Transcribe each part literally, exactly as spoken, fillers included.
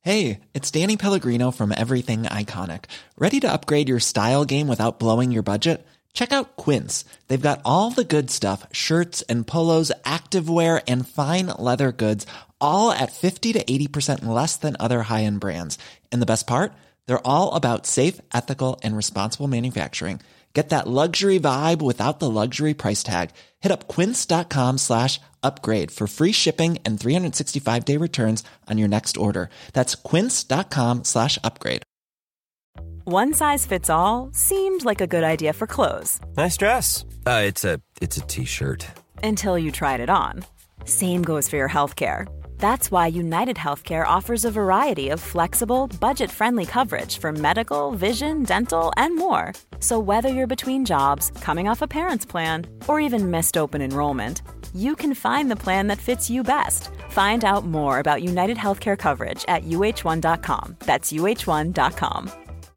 Hey, it's Danny Pellegrino from Everything Iconic. Ready to upgrade your style game without blowing your budget? Check out Quince. They've got all the good stuff, shirts and polos, activewear, and fine leather goods, all at fifty to eighty percent less than other high-end brands. And the best part? They're all about safe, ethical, and responsible manufacturing. Get that luxury vibe without the luxury price tag. Hit up quince.com slash upgrade for free shipping and three sixty-five day returns on your next order. That's quince.com slash upgrade. One size fits all seemed like a good idea for clothes. Nice dress. Uh, it's a it's a t-shirt. Until you tried it on. Same goes for your healthcare. That's why United Healthcare offers a variety of flexible, budget-friendly coverage for medical, vision, dental, and more. So whether you're between jobs, coming off a parent's plan, or even missed open enrollment, you can find the plan that fits you best. Find out more about United Healthcare coverage at u h one dot com. That's u h one dot com.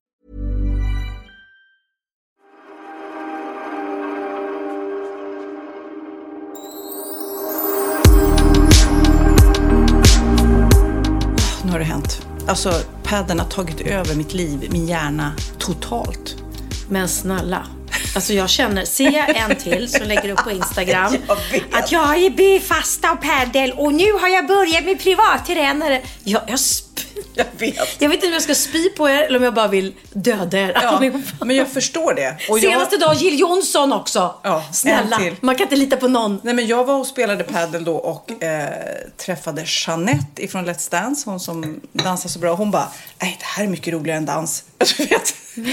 Nu har det hänt. Alltså, padden har tagit över mitt liv, min hjärna, totalt. Men snälla, alltså jag känner, ser jag en till så lägger upp på Instagram jag att jag är befasta och paddel och nu har jag börjat med privattränare. Jag, jag, sp- jag vet. Jag vet inte om jag ska spy på er eller om jag bara vill döda er. Ja, men jag förstår det. Och senaste jag... dag Jill Johnson också. Ja, snälla, man kan inte lita på någon. Nej, men jag var och spelade paddel då och eh, träffade Jeanette ifrån Let's Dance, hon som dansar så bra. Hon bara, nej, det här är mycket roligare än dans. Du vet.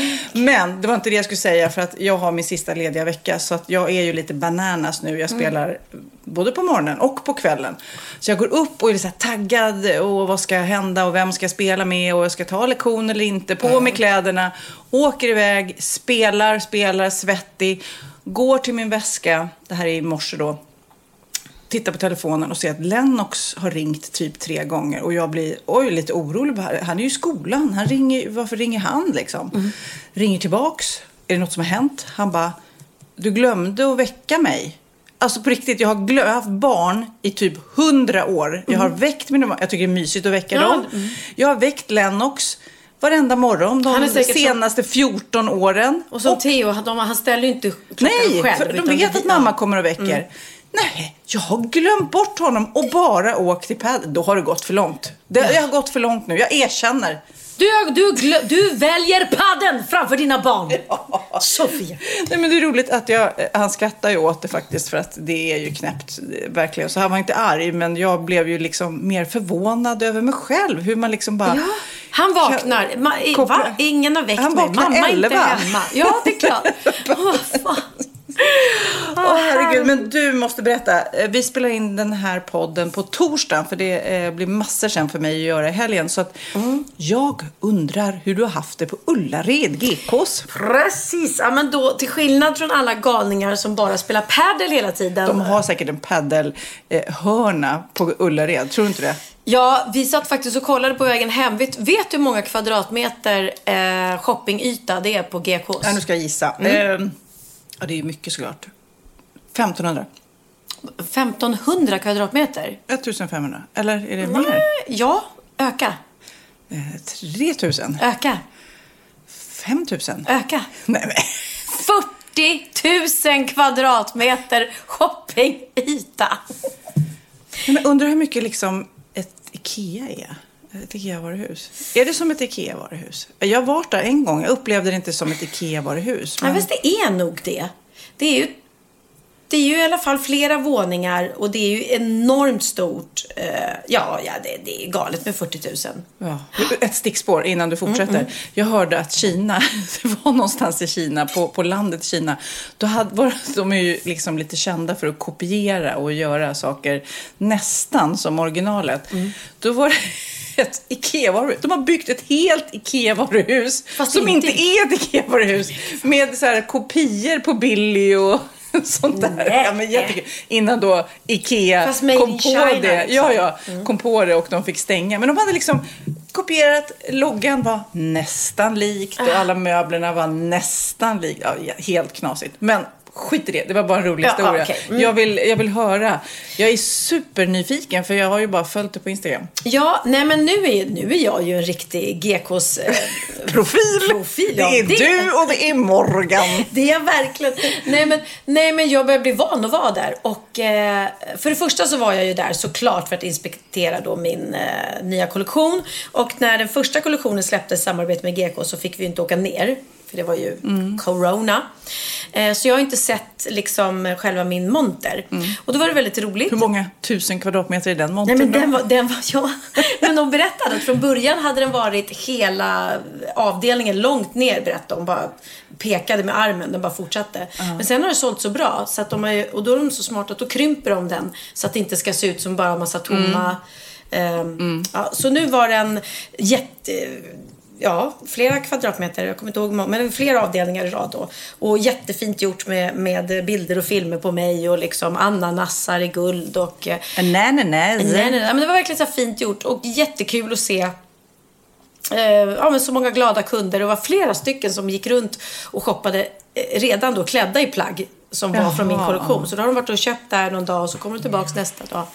Men det var inte det jag skulle säga, för att jag har min sista lediga vecka, så att jag är ju lite bananas nu. Jag spelar mm. både på morgonen och på kvällen. Så jag går upp och är så här taggad, och vad ska hända och vem ska jag spela med och jag ska ta lektion eller inte, på med kläderna, åker iväg, spelar, spelar, svettig, går till min väska, det här är i morse då, tittar på telefonen och ser att Lennox har ringt typ tre gånger. Och jag blir oj, lite orolig. Han är ju i skolan. Han ringer, varför ringer han liksom? Mm. Ringer tillbaks. Är det något som har hänt? Han bara, du glömde att väcka mig. Alltså på riktigt, jag har, glö- jag har haft barn i typ hundra år. Mm. Jag har väckt mina barn. Jag tycker det är mysigt att väcka ja. dem. Mm. Jag har väckt Lennox varenda morgon de senaste så... fjorton åren. Och som och... Theo, de, han ställer ju inte klockan Nej, själv. Nej, för de vet att mamma kommer och väcker. Mm. Nej, jag har glömt bort honom och bara åkt till padel. Då har det gått för långt. Det, ja. Jag har gått för långt nu, jag erkänner. Du, du, glö- du väljer padden framför dina barn. Ja. Sofia. Nej, men det är roligt att jag, han skrattar ju åt det faktiskt, för att det är ju knäppt, verkligen. Så han var inte arg, men jag blev ju liksom mer förvånad över mig själv. Hur man liksom bara... Ja. Han vaknar. Ma- koppla... Va? Ingen har väckt han mig. Mamma är inte hemma. Ja, det är klart. Åh, fan. Åh, oh, herregud, men du måste berätta. Vi spelar in den här podden på torsdag, för det eh, blir massor sen för mig att göra i helgen. Så att mm. jag undrar hur du har haft det på Ullared G K:s. Precis, ja, men då till skillnad från alla galningar som bara spelar paddel hela tiden. De har säkert en paddelhörna eh, på Ullared, tror du inte det? Ja, vi satt faktiskt och kollade på vägen hem. Vet, vet du hur många kvadratmeter eh, shoppingyta det är på G K:s? Ja, nu ska jag gissa. Mm. Eh, Ja, det är ju mycket såklart. femtonhundra. femtonhundra kvadratmeter? femtonhundra. Eller är det Nej, mer? Ja, öka. Eh, tre tusen. Öka. fem tusen. Öka. Nej, men. fyrtio tusen kvadratmeter shoppingyta. Nej, men undrar hur mycket liksom ett Ikea är. Ett Ikea-varuhus. Är det som ett Ikea-varuhus? Jag har varit där en gång. Jag upplevde det inte som ett Ikea-varuhus. Men... Ja, fast det är nog det. Det är ju, det är ju i alla fall flera våningar. Och det är ju enormt stort. Uh, ja, ja det, det är galet med fyrtio tusen. Ja. Ett stickspår innan du fortsätter. Mm, mm. Jag hörde att Kina, det var någonstans i Kina, på, på landet Kina. Då hade, var, de är ju liksom lite kända för att kopiera och göra saker nästan som originalet. Mm. Då var det... ett Ikea-varuhus. De har byggt ett helt Ikea-varuhus som inte är ett Ikea-varuhus, med så här kopior på Billy och sånt där. Ja, men jättekul. Innan då Ikea kom på China, det. Liksom. Ja, ja, mm. kom på det och de fick stänga. Men de hade liksom kopierat, loggan var nästan likt och alla möblerna var nästan likt. Ja, helt knasigt. Men skit i det. Det var bara en rolig Ja, historia. okay. mm. jag, vill, jag vill höra. Jag är supernyfiken för jag har ju bara följt det på Instagram. Ja, nej men nu är, nu är jag ju en riktig G K:s eh, profil. profil. Ja, det är det, du och det är Morgan. Det är jag verkligen. Nej men, nej men jag börjar bli van att vara där. Och eh, för det första så var jag ju där såklart för att inspektera då min eh, nya kollektion. Och när den första kollektionen släpptes i samarbete med G K så fick vi inte åka ner. För det var ju mm. corona. Eh, så jag har inte sett liksom själva min monter. Mm. Och då var det väldigt roligt. Hur många tusen kvadratmeter är den montern? Nej men den var, den var ja. Men de berättade att från början hade den varit hela avdelningen långt ner, berättade de. Bara pekade med armen, den bara fortsatte. Uh-huh. Men sen har det sålt så bra. Så att de har, och då är de så smarta att då krymper de den. Så att det inte ska se ut som bara en massa tomma. Mm. Um, mm. Ja, så nu var den jätte... Ja, flera kvadratmeter, jag kommer inte ihåg, men flera avdelningar i rad då. Och jättefint gjort med, med bilder och filmer på mig och liksom ananassar i guld och... Ananas. Nej, nej, men det var verkligen så fint gjort och jättekul att se eh, ja, men så många glada kunder. Det var flera stycken som gick runt och shoppade eh, redan då klädda i plagg som var Jaha. Från min kollektion. Så då har de varit och köpt där någon dag och så kommer de tillbaka nästa dag.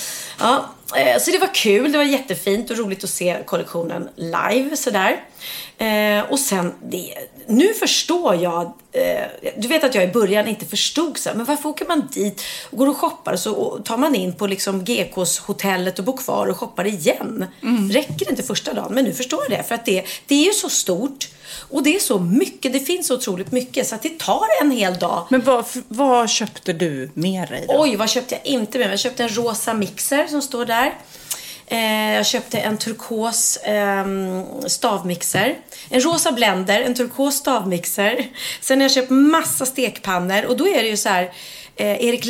Ja, så det var kul, det var jättefint och roligt att se kollektionen live sådär. Eh, och sen, det, nu förstår jag, eh, du vet att jag i början inte förstod så, men varför åker man dit och går och shoppar och så tar man in på liksom G K:s hotellet och bor kvar och shoppar igen. Mm. Räcker det inte första dagen, men nu förstår jag det, för att det, det är ju så stort. Och det är så mycket, det finns så otroligt mycket så att det tar en hel dag. Men vad, vad köpte du med dig då? Oj, vad köpte jag inte med mig? Jag köpte en rosa mixer som står där. Eh, jag köpte en turkos eh, stavmixer. En rosa blender, en turkos stavmixer. Sen har jag köpt massa stekpannor. Och då är det ju så här... Eh, Erik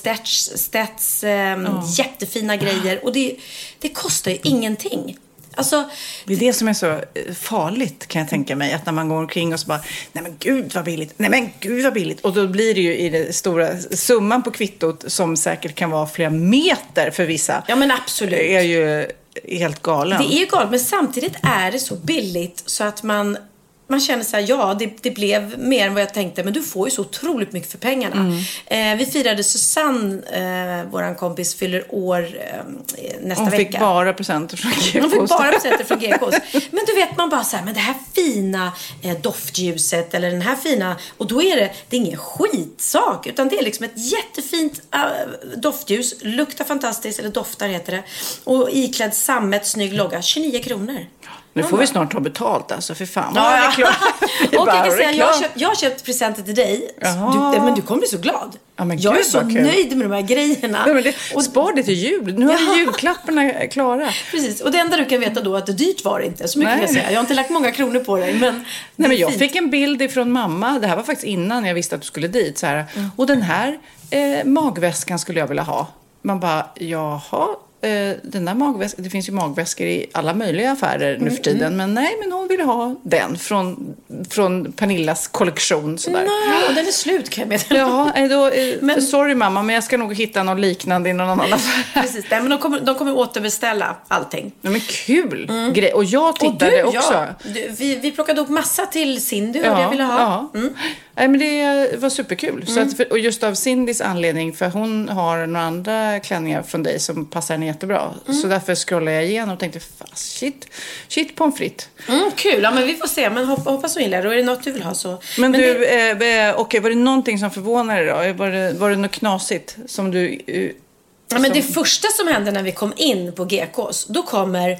Lallestedts eh, oh. jättefina grejer. Och det, det kostar ju ingenting. Alltså, det är det som är så farligt, kan jag tänka mig, att när man går omkring och så bara, nej men gud vad billigt, nej men gud vad billigt, och då blir det ju i det stora summan på kvittot som säkert kan vara flera meter för vissa. Ja men absolut. Det är ju helt galen. Det är galet, men samtidigt är det så billigt så att man Man känner så här, ja, det, det blev mer än vad jag tänkte. Men du får ju så otroligt mycket för pengarna. Mm. Eh, vi firade Susanne, eh, våran kompis, fyller år eh, nästa hon vecka. Hon fick bara presenter från G K. Hon fick bara presenter från G K. Men du vet, man bara så här, men det här fina eh, doftljuset eller den här fina, och då är det, det är ingen skitsak, utan det är liksom ett jättefint äh, doftljus, luktar fantastiskt, eller doftar heter det. Och iklädd sammet, snygg logga, tjugonio kronor. Nu får vi snart ta betalt alltså, för fan. Ja, ja. Klart. Och jag kan säga, jag har, köpt, jag har köpt presenter till dig. Du, men du kommer bli så glad. Ja, men jag är så nöjd med de här grejerna. Ja, men det, och, spar det till jul. Nu har vi julklapparna klara. Precis, och det enda du kan veta då är att det dyrt var det inte. Så mycket kan jag säga. Jag har inte lagt många kronor på dig. Men Nej, men jag fint. fick en bild ifrån mamma. Det här var faktiskt innan jag visste att du skulle dit. Så här. Mm. Och den här eh, magväskan skulle jag vilja ha. Man bara, jaha. Den där magväskan, det finns ju magväskor i alla möjliga affärer nu för tiden, mm. men nej, men hon ville ha den från, från Pernillas kollektion sådär. Nej, den är slut, kan jag meddela. Ja, då, men, sorry mamma, men jag ska nog hitta något liknande i någon annan affär. Precis, nej, men de kommer, de kommer återbeställa allting. Ja, men kul mm. grej, och jag tittade och du, också. Ja. Du, vi, vi plockade upp massa till Cindy, ja, vad jag ville ha. Ja. Mm. Nej, men det var superkul. Mm. Så att för, och just av Cindys anledning, för hon har några andra klänningar från dig som passar henne jättebra. Mm. Så därför scrollade jag igenom och tänkte, fast shit, shit pommes frites. Mm, kul, ja men vi får se. Men hoppas, hoppas så inlär. Och är det något du vill ha så... Men, men du, det... eh, okej, okay, var det någonting som förvånade dig då? Var det, var det något knasigt som du... Eh, ja, men som... det första som hände när vi kom in på G K:s, då kommer...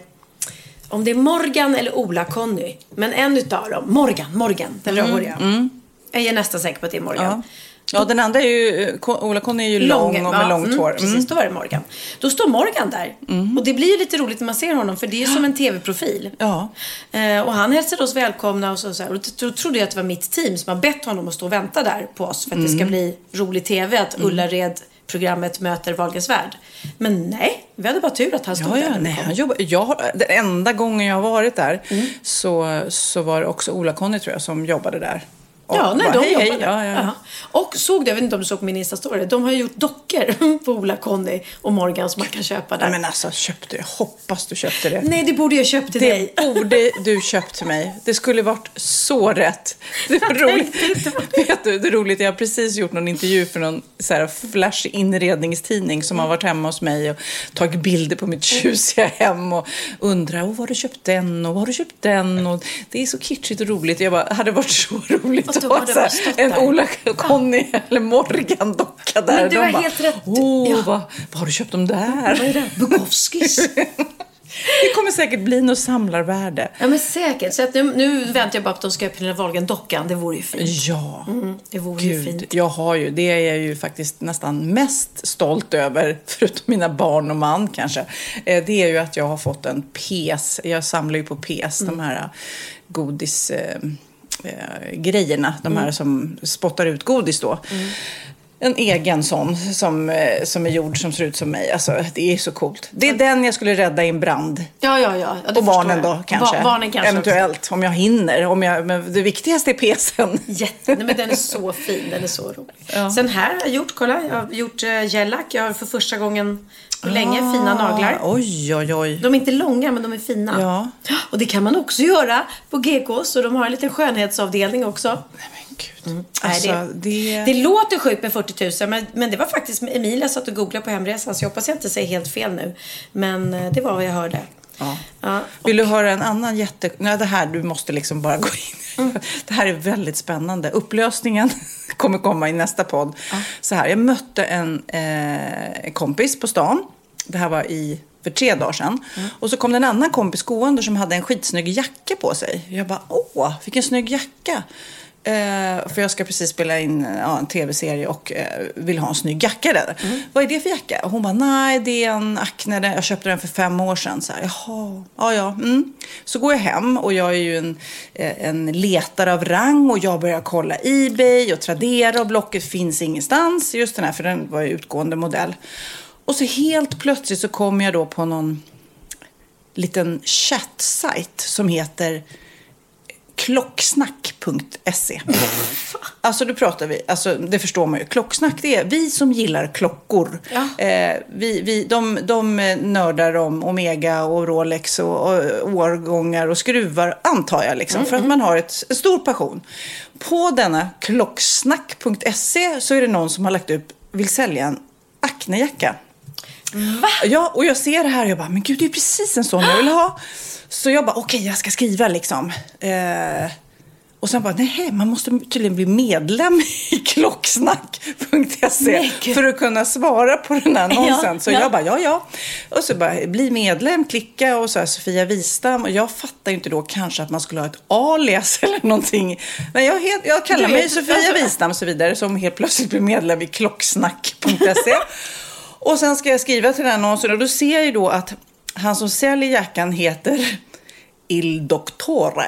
Om det är Morgan eller Ola-Conny, men en utav dem, Morgan, Morgan, den rödhåriga. Mm. Mm. Jag är nästan säker på att det är Morgan. Ja. Ja, den andra är ju, Ola-Conny är ju lång, lång och med ja, långt hår. Mm, precis, då var det Morgan. Då står Morgan där. Mm. Och det blir ju lite roligt när man ser honom, för det är ju som en tv-profil. Ja. Eh, och han hälsade oss välkomna och så, så här. Och då trodde jag att det var mitt team som har bett honom att stå och vänta där på oss. För att mm. det ska bli rolig tv att mm. Ullared programmet möter Wahlgrens värld. Men nej, vi hade bara tur att han stod ja, ja, där. Nej, han jobbar, jag, den enda gången jag har varit där mm. så, så var det också Ola-Conny, tror jag, som jobbade där. Och Ja, nej, bara, de hej, hej. jobbade. Ja, ja, ja. Ja. Och såg det, jag vet inte om du såg på min Insta-story, de har ju gjort dockor på Ola, Conny och Morgan som man kan köpa där. Nej, men alltså, köpte jag hoppas du köpte det. Nej, det borde jag köpt till Det dig. borde du köpt till mig. Det skulle varit så rätt. Det var roligt. Vet du, det är roligt. Jag har precis gjort någon intervju för någon så här flash inredningstidning som har varit hemma hos mig och tagit bilder på mitt tjusiga hem och undrar, oh, var har du köpt den och var har du köpt den? Och det är så kitschigt och roligt. Jag bara, hade varit så roligt att ha så här, en Ola, Conny eller Morgan docka där. Men du De har bara, helt rätt. Åh, Ja. vad, vad har du köpt dem där? Vad är det? Bukowskis. Det kommer säkert bli något samlarvärde. Ja, men säkert. Så att nu, nu väntar jag bara på att de ska öppna Pernilla Wahlgren-dockan. Det vore ju fint. Ja, Mm, det vore ju Gud, fint. jag har ju, det är jag ju faktiskt nästan mest stolt över, förutom mina barn och man kanske. Eh, Det är ju att jag har fått en P S. Jag samlar ju på P S, Mm. de här godis... Eh, eh, grejerna, de här Mm. som spottar ut godis då. Mm. En egen sån som, eh, som är gjord som ser ut som mig. Alltså, det är så coolt. Det är den jag skulle rädda i en brand. Ja, ja, ja. ja det Och barnen förstår jag. då kanske. Ba- barnen kanske Eventuellt, också. om jag hinner. Om jag, men det viktigaste är P S:n. Jätte, nej, men den är så fin, den är så rolig. Sen här har jag gjort, kolla, jag har gjort uh, gellack. Jag har för första gången på länge fina naglar. Oj, oj, oj. De är inte långa, men de är fina. Ja. Och det kan man också göra på G K, så de har en liten skönhetsavdelning också. Nej, men gud. Nej, Alltså, det, det... det låter sjukt med fyrtio tusen, men, men det var faktiskt med Emilia satt och googlade på hemresan, så jag hoppas jag inte säger helt fel nu. Men eh, det var vad jag hörde. Ja. Ja, Vill du höra en annan jätte... Nej, det här, du måste liksom bara gå in. Mm. Det här är väldigt spännande. Upplösningen kommer komma i nästa podd. Ja. Så här, jag mötte en eh, kompis på stan. Det här var i... för tre dagar sedan. Mm. Och så kom det en annan kompis gående som hade en skitsnygg jacka på sig. Jag bara, åh, vilken snygg jacka. Eh, för jag ska precis spela in ja, en tv-serie och eh, vill ha en snygg jacka där. Mm. Vad är det för jacka? Och hon bara, nej, det är en Acne. Jag köpte den för fem år sedan. Så här, jaha, ja, ja. Mm. Så går jag hem och jag är ju en, en letare av rang och jag börjar kolla eBay och Tradera och Blocket finns ingenstans. Just den här, för den var ju utgående modell. Och så helt plötsligt så kommer jag då på någon liten chattsajt som heter klocksnack punkt se. Alltså då pratar vi, alltså det förstår man ju. Klocksnack, det är vi som gillar klockor. Ja. Eh, vi, vi, de, de nördar om Omega och Rolex och, och årgångar och skruvar, antar jag liksom. Mm, för att man har ett, en stor passion. På denna klocksnack punkt se så är det någon som har lagt upp, vill sälja en Acne-jacka. Va? Ja, och jag ser det här och jag bara, men gud, det är precis en sån jag vill ha. Så jag bara, okej, okay, jag ska skriva liksom. Eh, och sen bara, nej, man måste tydligen bli medlem i klocksnack punkt se för att kunna svara på den här annonsen. Ja, så ja. jag bara, ja, ja. Och så bara, bli medlem, klicka och så här, Sofia Wistam. Och jag fattar ju inte då kanske att man skulle ha ett alias eller någonting. Men jag, helt, jag kallar mig Sofia Wistam och så vidare, som helt plötsligt blir medlem i klocksnack punkt se. Och sen ska jag skriva till den annonsen och då ser jag ju då att han som säljer jackan heter Il Dottore.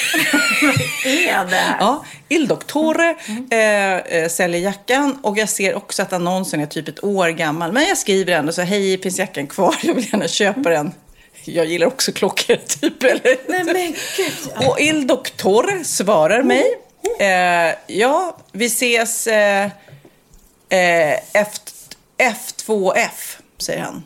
är det? Ja, Il Dottore mm. eh, säljer jackan och jag ser också att annonsen är typ ett år gammal. Men jag skriver ändå så, hej, finns jackan kvar? Jag vill gärna köpa den. Jag gillar också klockor typ. Eller? Nej, men gud. Och Il Dottore svarar mig. Eh, ja, vi ses eh, eh, efter F två F, säger han.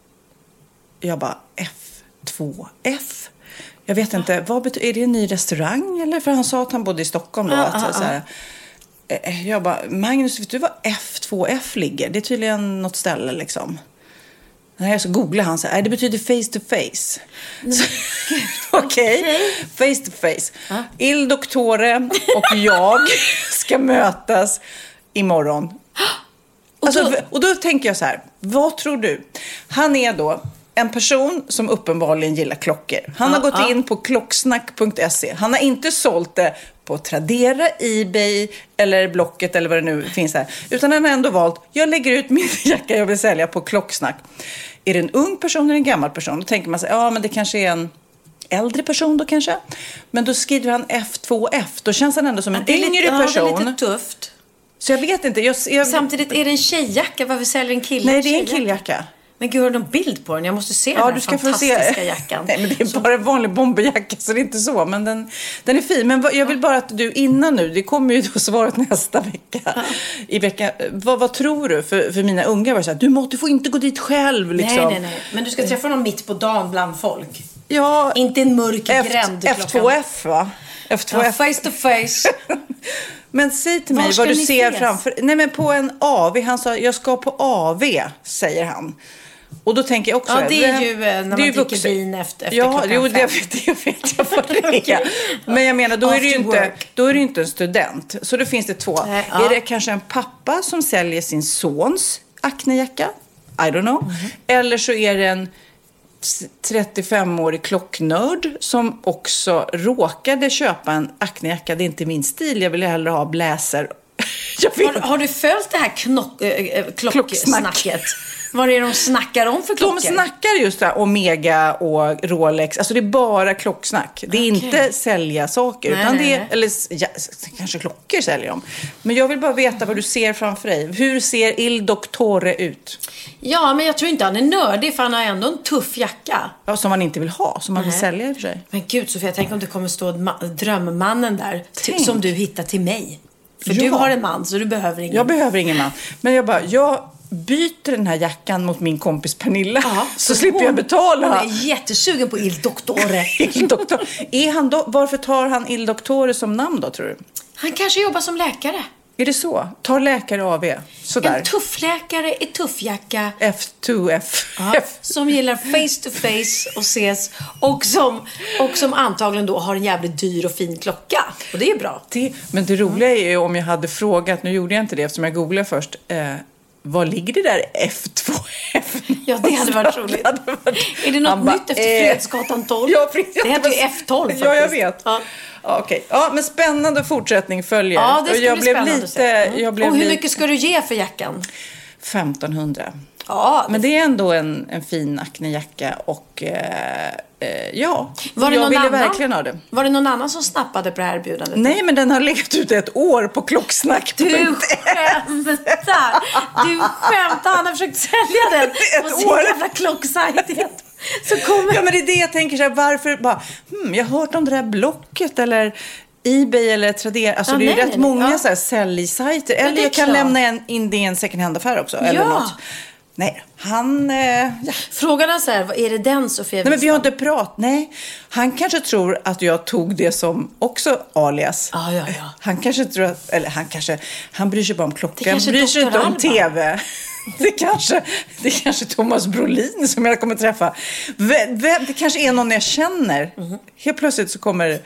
Jag bara, F två F? Jag vet inte, vad betyder, är det en ny restaurang? Eller? För han sa att han bodde i Stockholm då. Ah, att, ah, så här, eh, jag bara, Magnus, vet du vad F två F ligger? Det är tydligen något ställe liksom. Nej, så googlade han så här, det betyder face to face. Mm. Okej, okay. Face to face. Ah. Il Dottore och jag ska mötas imorgon. Och då, alltså, och då tänker jag så här, vad tror du? Han är då en person som uppenbarligen gillar klockor. Han ah, har gått ah. in på klocksnack punkt se. Han har inte sålt det på Tradera, eBay eller Blocket eller vad det nu finns här. Utan han har ändå valt, jag lägger ut min jacka jag vill sälja på Klocksnack. Är det en ung person eller en gammal person? Då tänker man sig, ja men det kanske är en äldre person då kanske. Men då skriver han F två F. Då känns han ändå som en yngre lite, person. Ja, det är lite tufft. Så jag vet inte. Jag, jag... Samtidigt är det en tjejjacka. Varför säljer en kille? Nej, det är en killjacka. Men gud, har du någon bild på den? Jag måste se Ja, den här du ska få fantastiska se. jackan. Nej, men det är Så... bara en vanlig bomberjacka, så det är inte så. Men den, den är fin. Men vad, jag vill bara att du innan nu, det kommer ju då svaret nästa vecka. Ja. I veckan, vad, vad tror du? För, för mina unga var så här, du måste få inte gå dit själv. Liksom. Nej, nej, nej. Men du ska träffa någon mitt på dagen bland folk. Ja. Inte en mörk F- gränd F två F, va? F två F. Ja, face to face. Men säg till mig vad du ser ses? Framför. Nej, men på en A V. Han sa, jag ska på A V, säger han. Och då tänker jag också... Ja, det är ju när man dricker vin efter, efter ja, klockan jo, fem. Det vet jag, vet jag vad det är. Men jag menar, då är, det ju inte, då är det ju inte en student. Så då finns det två. Nej, ja. Är det kanske en pappa som säljer sin sons Acne-jacka? I don't know. Mm-hmm. Eller så är det en trettiofemårig klocknörd som också råkade köpa en Acne-jacka. Det är inte min stil. Jag vill hellre ha bläser. Har, har du följt det här knock, äh, klocksnacket? Vad är det de snackar om för klockor? De snackar just där Omega och Rolex. Alltså det är bara klocksnack. Det är okay. inte sälja saker. Nej, utan nej, det är, nej. Eller ja, kanske klockor säljer de. Men jag vill bara veta vad du ser framför dig. Hur ser Il Dottore ut? Ja, men jag tror inte han är nördig. För han har ändå en tuff jacka. Ja, som man inte vill ha. Som man nej. vill sälja i och för sig. Men gud Sofia, tänk om det kommer stå ma- drömmannen där. T- som du hittar till mig. För ja. du har en man så du behöver ingen. Jag behöver ingen man. Men jag bara, jag byter den här jackan mot min kompis Pernilla. Ja, så, så slipper hon, jag betala. Hon är jättesugen på Il Dottore. Il Dottore. Är han då, varför tar han Il Dottore som namn då, tror du? Han kanske jobbar som läkare. Är det så? Tar läkare A V? Sådär. En tuffläkare i tuffjacka. F två F. Ja, som gillar face to face och ses. Och som, och som antagligen då har en jävligt dyr och fin klocka. Och det är bra. Det, men det roliga är ju om jag hade frågat, nu gjorde jag inte det eftersom jag googlade först. Eh, Var ligger det där F två F? Ja, det hade varit roligt. Hade varit... Är det något bara, nytt efter eh... Fredsgatan tolv? Ja, det heter ju F tolv faktiskt. Ja, jag vet. Ja. Ja, okej. Ja, men spännande fortsättning följer. Ja, det ska och jag bli blev spännande lite, mm. jag blev Och hur lite... mycket ska du ge för jackan? femtonhundra. Ja, men det är ändå en, en fin Acne-jacka och eh, eh, ja, var det jag någon ville annan? verkligen ha det. Var det någon annan som snappade på det här erbjudandet? Nej, men den har legat ute ett år på klocksnack. Du skämtar! Du skämtar! Han har försökt sälja den på sin år. Jävla klocksajt. Så kommer... Ja, men det är det jag tänker så här, varför bara, hmm, jag har hört om det där Blocket eller eBay eller Tradera. Alltså ja, det är ju rätt nej, många ja. så här säljsajter. Eller jag kan klart. lämna en, in det i en second hand-affär också. Eller ja. något. Nej, han... Eh, ja. Frågan är så här, är det den Sofia? Nej, men vi har inte pratat. Nej, han kanske tror att jag tog det som också alias. Ah, ja, ja. Han kanske tror att, eller han kanske, han bryr sig bara om klockan. Han bryr sig inte om tv. Det kanske, det kanske Thomas Brolin som jag kommer träffa. Det kanske är någon jag känner. Mm-hmm. Helt plötsligt så kommer...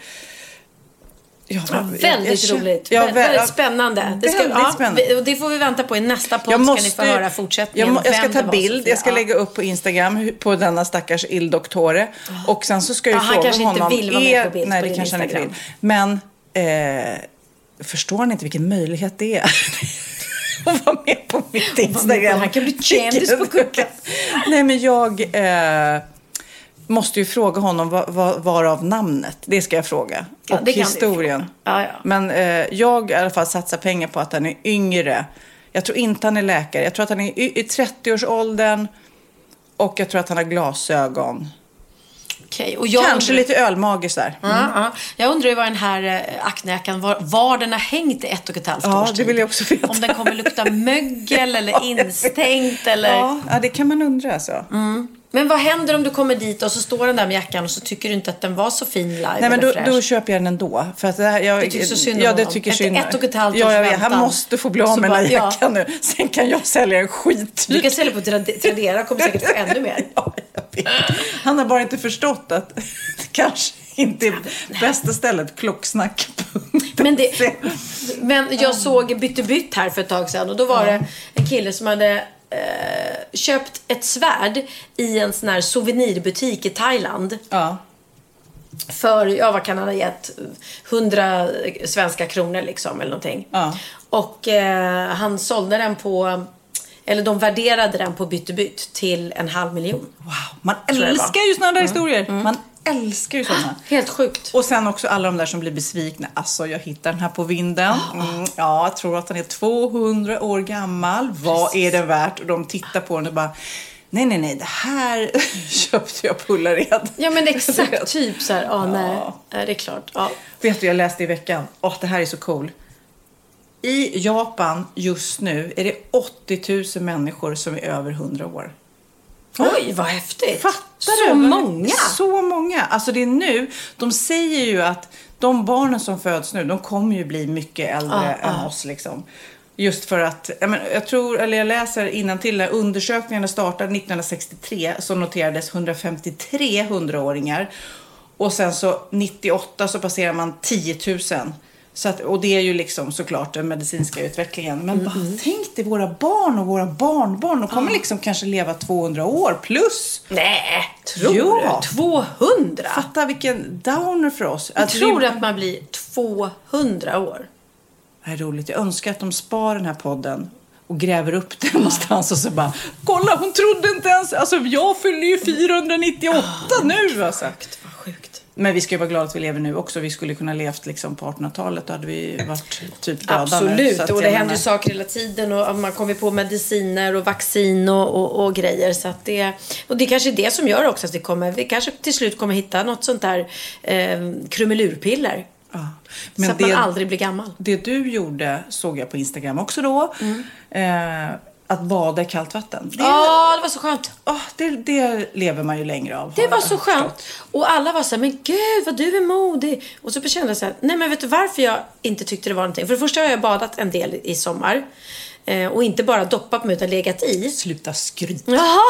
Ja, ja, väldigt jag, roligt. Ja, väldigt, väldigt spännande. Det, ska, ja, spännande. Det får vi vänta på i nästa podd. Måste, ska ni få höra fortsättningen. Jag, må, jag ska ta bild. Jag ska ja. lägga upp på Instagram på denna stackars Il Dottore. Oh. Och sen så ska jag ja, fråga honom. Han kanske inte vill vara med på bild nej, på det kanske han inte vill. Men eh, förstår ni inte vilken möjlighet det är? Att vara med på mitt Instagram. Han kan bli kändis på kuppen. Nej, men jag... Eh, måste ju fråga honom var, var, varav namnet. Det ska jag fråga. Ja, och historien. Ja, ja. Men eh, jag i alla fall satsar pengar på att han är yngre. Jag tror inte han är läkare. Jag tror att han är i, i trettioårsåldern. Och jag tror att han har glasögon. Okay, och jag kanske undrar... lite ölmagis där. Mm. Ja, ja. Jag undrar ju vad den här äh, Acne-jackan, var, var den har hängt i ett och ett halvt ja, års tid. Det vill jag också veta. Om den kommer lukta mögel eller instängt. Eller... Ja, ja, det kan man undra alltså. Mm. Men vad händer om du kommer dit och så står den där med jackan och så tycker du inte att den var så fin live? Nej, men då, då köper jag den ändå. För att det här, jag, det tycker så synd ja, om det honom. tycker Ett, synd. ett och ett halvt års ja, jag vet, Han måste få bli av med den här jackan ja. nu. Sen kan jag sälja en skit. Du kan sälja på Tradera och kommer säkert få ännu mer. Ja, jag vet. Han har bara inte förstått att det kanske inte är bästa stället klocksnack. Men, det, men jag såg Bytte bytt här för ett tag sedan och då var det en kille som hade eh, köpt ett svärd i en sån här souvenirbutik i Thailand. Ja. För, ja vad kan han ha gett? hundra svenska kronor liksom eller någonting. Ja. Och eh, han sålde den på, eller de värderade den på Bytte bytt till en halv miljon. Wow, man älskar ju sådana där mm. historier. Mm. Man älskar ju sådana. Helt sjukt. Och sen också alla de där som blir besvikna. Alltså jag hittar den här på vinden. Mm, ja, jag tror att den är tvåhundra år gammal. Vad är den värt? Och de tittar på den och bara... Nej, nej, nej, det här köpte jag på Ullared. Ja, men exakt, typ så här, ja, nej, ja. Det är klart. Ja. Vet du, jag läste i veckan, åh, det här är så cool. I Japan just nu är det åttio tusen människor som är över hundra år. Oj, vad häftigt. Fattar så du? många. Så många. Alltså det är nu, de säger ju att de barnen som föds nu, de kommer ju bli mycket äldre ah, än ah. oss liksom. Just för att, jag, men, jag tror, eller jag läser innantill, när undersökningarna startade nittonhundrasextiotre så noterades hundrafemtiotre hundraåringar. Och sen så nittioåtta så passerar man tio tusen. Så att, och det är ju liksom såklart den medicinska utvecklingen. Men mm. bara tänk dig våra barn och våra barnbarn. De kommer ah. liksom kanske leva tvåhundra år plus. Nej, tror ja. du? tvåhundra? Fatta vilken downer för oss. Jag tror det... att man blir tvåhundra år. Det är roligt. Jag önskar att de sparar den här podden och gräver upp den någonstans och så bara, kolla, hon trodde inte ens, alltså jag fyller ju fyrahundranittioåtta oh, nu alltså. Sjukt, vad sjukt. Men vi ska ju vara glada att vi lever nu också. Vi skulle kunna levt liksom på artonhundratalet. Då hade vi varit typ döda. Absolut, nu, och det händer saker hela tiden. Och man kommer på mediciner och vaccin och, och, och grejer. Så att det, och det är kanske är det som gör också att vi kommer, vi kanske till slut kommer hitta något sånt där eh, krumelurpiller. Ja. Men så att det, man aldrig blir gammal. Det du gjorde såg jag på Instagram också då. Mm. Eh, att bada i kallt vatten. Ja, oh, det var så skönt. Oh, det, det lever man ju längre av. Det var så skönt. Och alla var så här, men gud vad du är modig. Och så kände jag så här, nej men vet du varför jag inte tyckte det var någonting? För det första har jag badat en del i sommar. Och inte bara doppat mig utan legat i. Sluta skryt.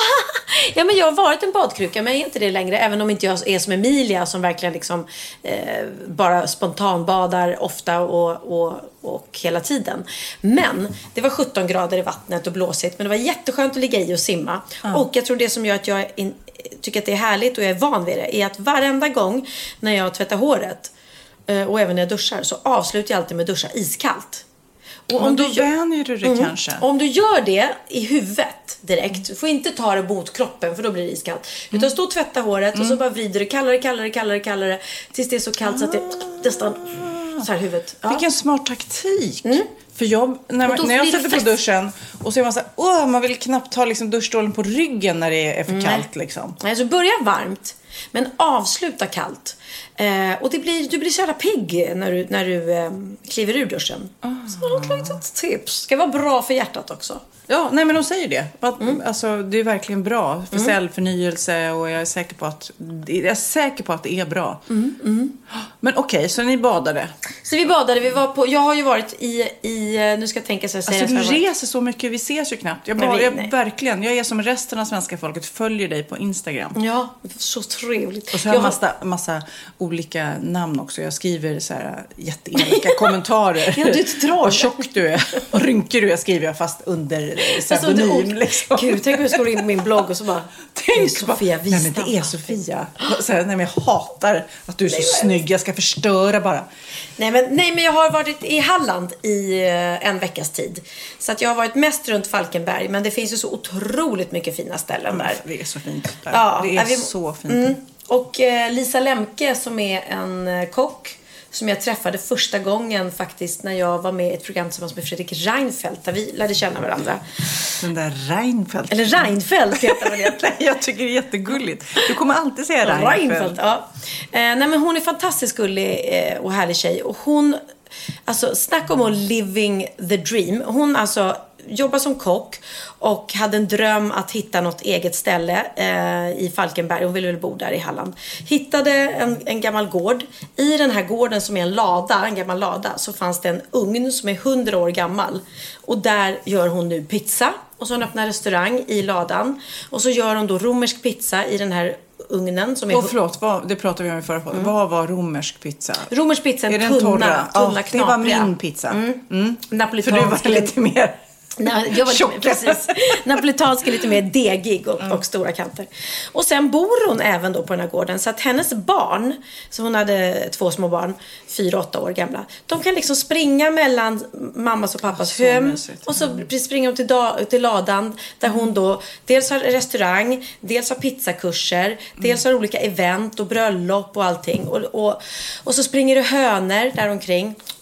Ja, men jag har varit en badkruka, men jag är inte det längre. Även om inte jag är som Emilia som verkligen liksom eh, bara spontanbadar ofta och, och, och hela tiden. Men det var sjutton grader i vattnet och blåsigt. Men det var jätteskönt att ligga i och simma. Mm. Och jag tror det som gör att jag in, tycker att det är härligt och jag är van vid det är att varenda gång när jag tvättar håret eh, och även när jag duschar så avslutar jag alltid med att duscha iskallt. Och om du vänjer du det mm, kanske. Om du gör det i huvudet direkt. Du får inte ta det mot kroppen för då blir det iskallt. Mm. Utan stå och tvätta håret mm. och så bara vrider du kallare, kallare, kallare, kallare. Tills det är så kallt ah. så att det nästan så här huvudet. Ja. Vilken smart taktik. Mm. För jag, när, när jag sätter på duschen och så är man så här, åh, man vill knappt ta liksom duschstålen på ryggen när det är för kallt. Mm. Liksom. Nej, så börja varmt. Men avsluta kallt. Eh, och det blir, du blir så jävla pigg när du, när du eh, kliver ur duschen. Oh. Så det är ett tips. Ska vara bra för hjärtat också. Ja, nej men de säger det. Att, mm. alltså, det är verkligen bra för mm. cellförnyelse och jag är säker på att, jag är säker på att det är bra. Mm. Mm. Men okej, okay, så ni badade? Så vi badade, vi var på, jag har ju varit i, i nu ska jag tänka så här. Alltså du reser så mycket, vi ses ju knappt. Jag, bara, vi, jag verkligen, jag är som resten av svenska folket, följer dig på Instagram. Ja, så trevligt. Och så har jag massa, massa olika namn också. Jag skriver så här jätteelaka kommentarer. Ja, du är ett troll. Vad tjock du är. Och rynkor du är skriver jag fast under pseudonym alltså, liksom. Gud, tänk om jag skulle in på min blogg och så bara tänk Sofia Wistam. Nej men det är Sofia. Så här, nej men jag hatar att du är så nej, snygg. Jag ska förstöra bara. Nej men, nej men jag har varit i Halland i en veckas tid. Så att jag har varit mest runt Falkenberg. Men det finns ju så otroligt mycket fina ställen där. Det är så fint där. Ja, det är vi, så fint. Mm, och eh, Lisa Lemke som är en eh, kock som jag träffade första gången faktiskt när jag var med i ett program tillsammans med Fredrik Reinfeldt där vi lärde känna varandra. Den där Reinfeldt. Eller Reinfeldt heter det egentligen. Jag tycker det är jättegulligt. Du kommer alltid säga Reinfeldt. Reinfeldt, ja. Eh, nej men hon är fantastiskt gullig eh, och härlig tjej. Och hon, alltså snacka om living the dream. Hon alltså jobbar som kock och hade en dröm att hitta något eget ställe eh, i Falkenberg. Hon ville väl bo där i Halland. Hittade en, en gammal gård. I den här gården som är en lada, en gammal lada, så fanns det en ugn som är hundra år gammal. Och där gör hon nu pizza. Och så hon öppnar restaurang i ladan. Och så gör hon då romersk pizza i den här ugnen som är... Och förlåt, vad, det pratade vi om i förra podden. Mm. Vad var romersk pizza? Romersk pizza, en tunna, tunna, tunna ja, det var min pizza. Mm. Mm. Napolitansk. För du var lite mer... Nej, jag var lite mer, precis. Napolitansk är lite mer degig och, mm. och stora kanter. Och sen bor hon även då på den här gården. Så att hennes barn, så hon hade två små barn, fyra, åtta år gamla. De kan liksom springa mellan mammas och pappas oh, hem. Mysigt. Och så mm. springer de till, da, till ladan. Där hon då dels har restaurang, dels har pizzakurser, mm. dels har olika event och bröllop och allting. Och, och, och så springer det hönor där omkring.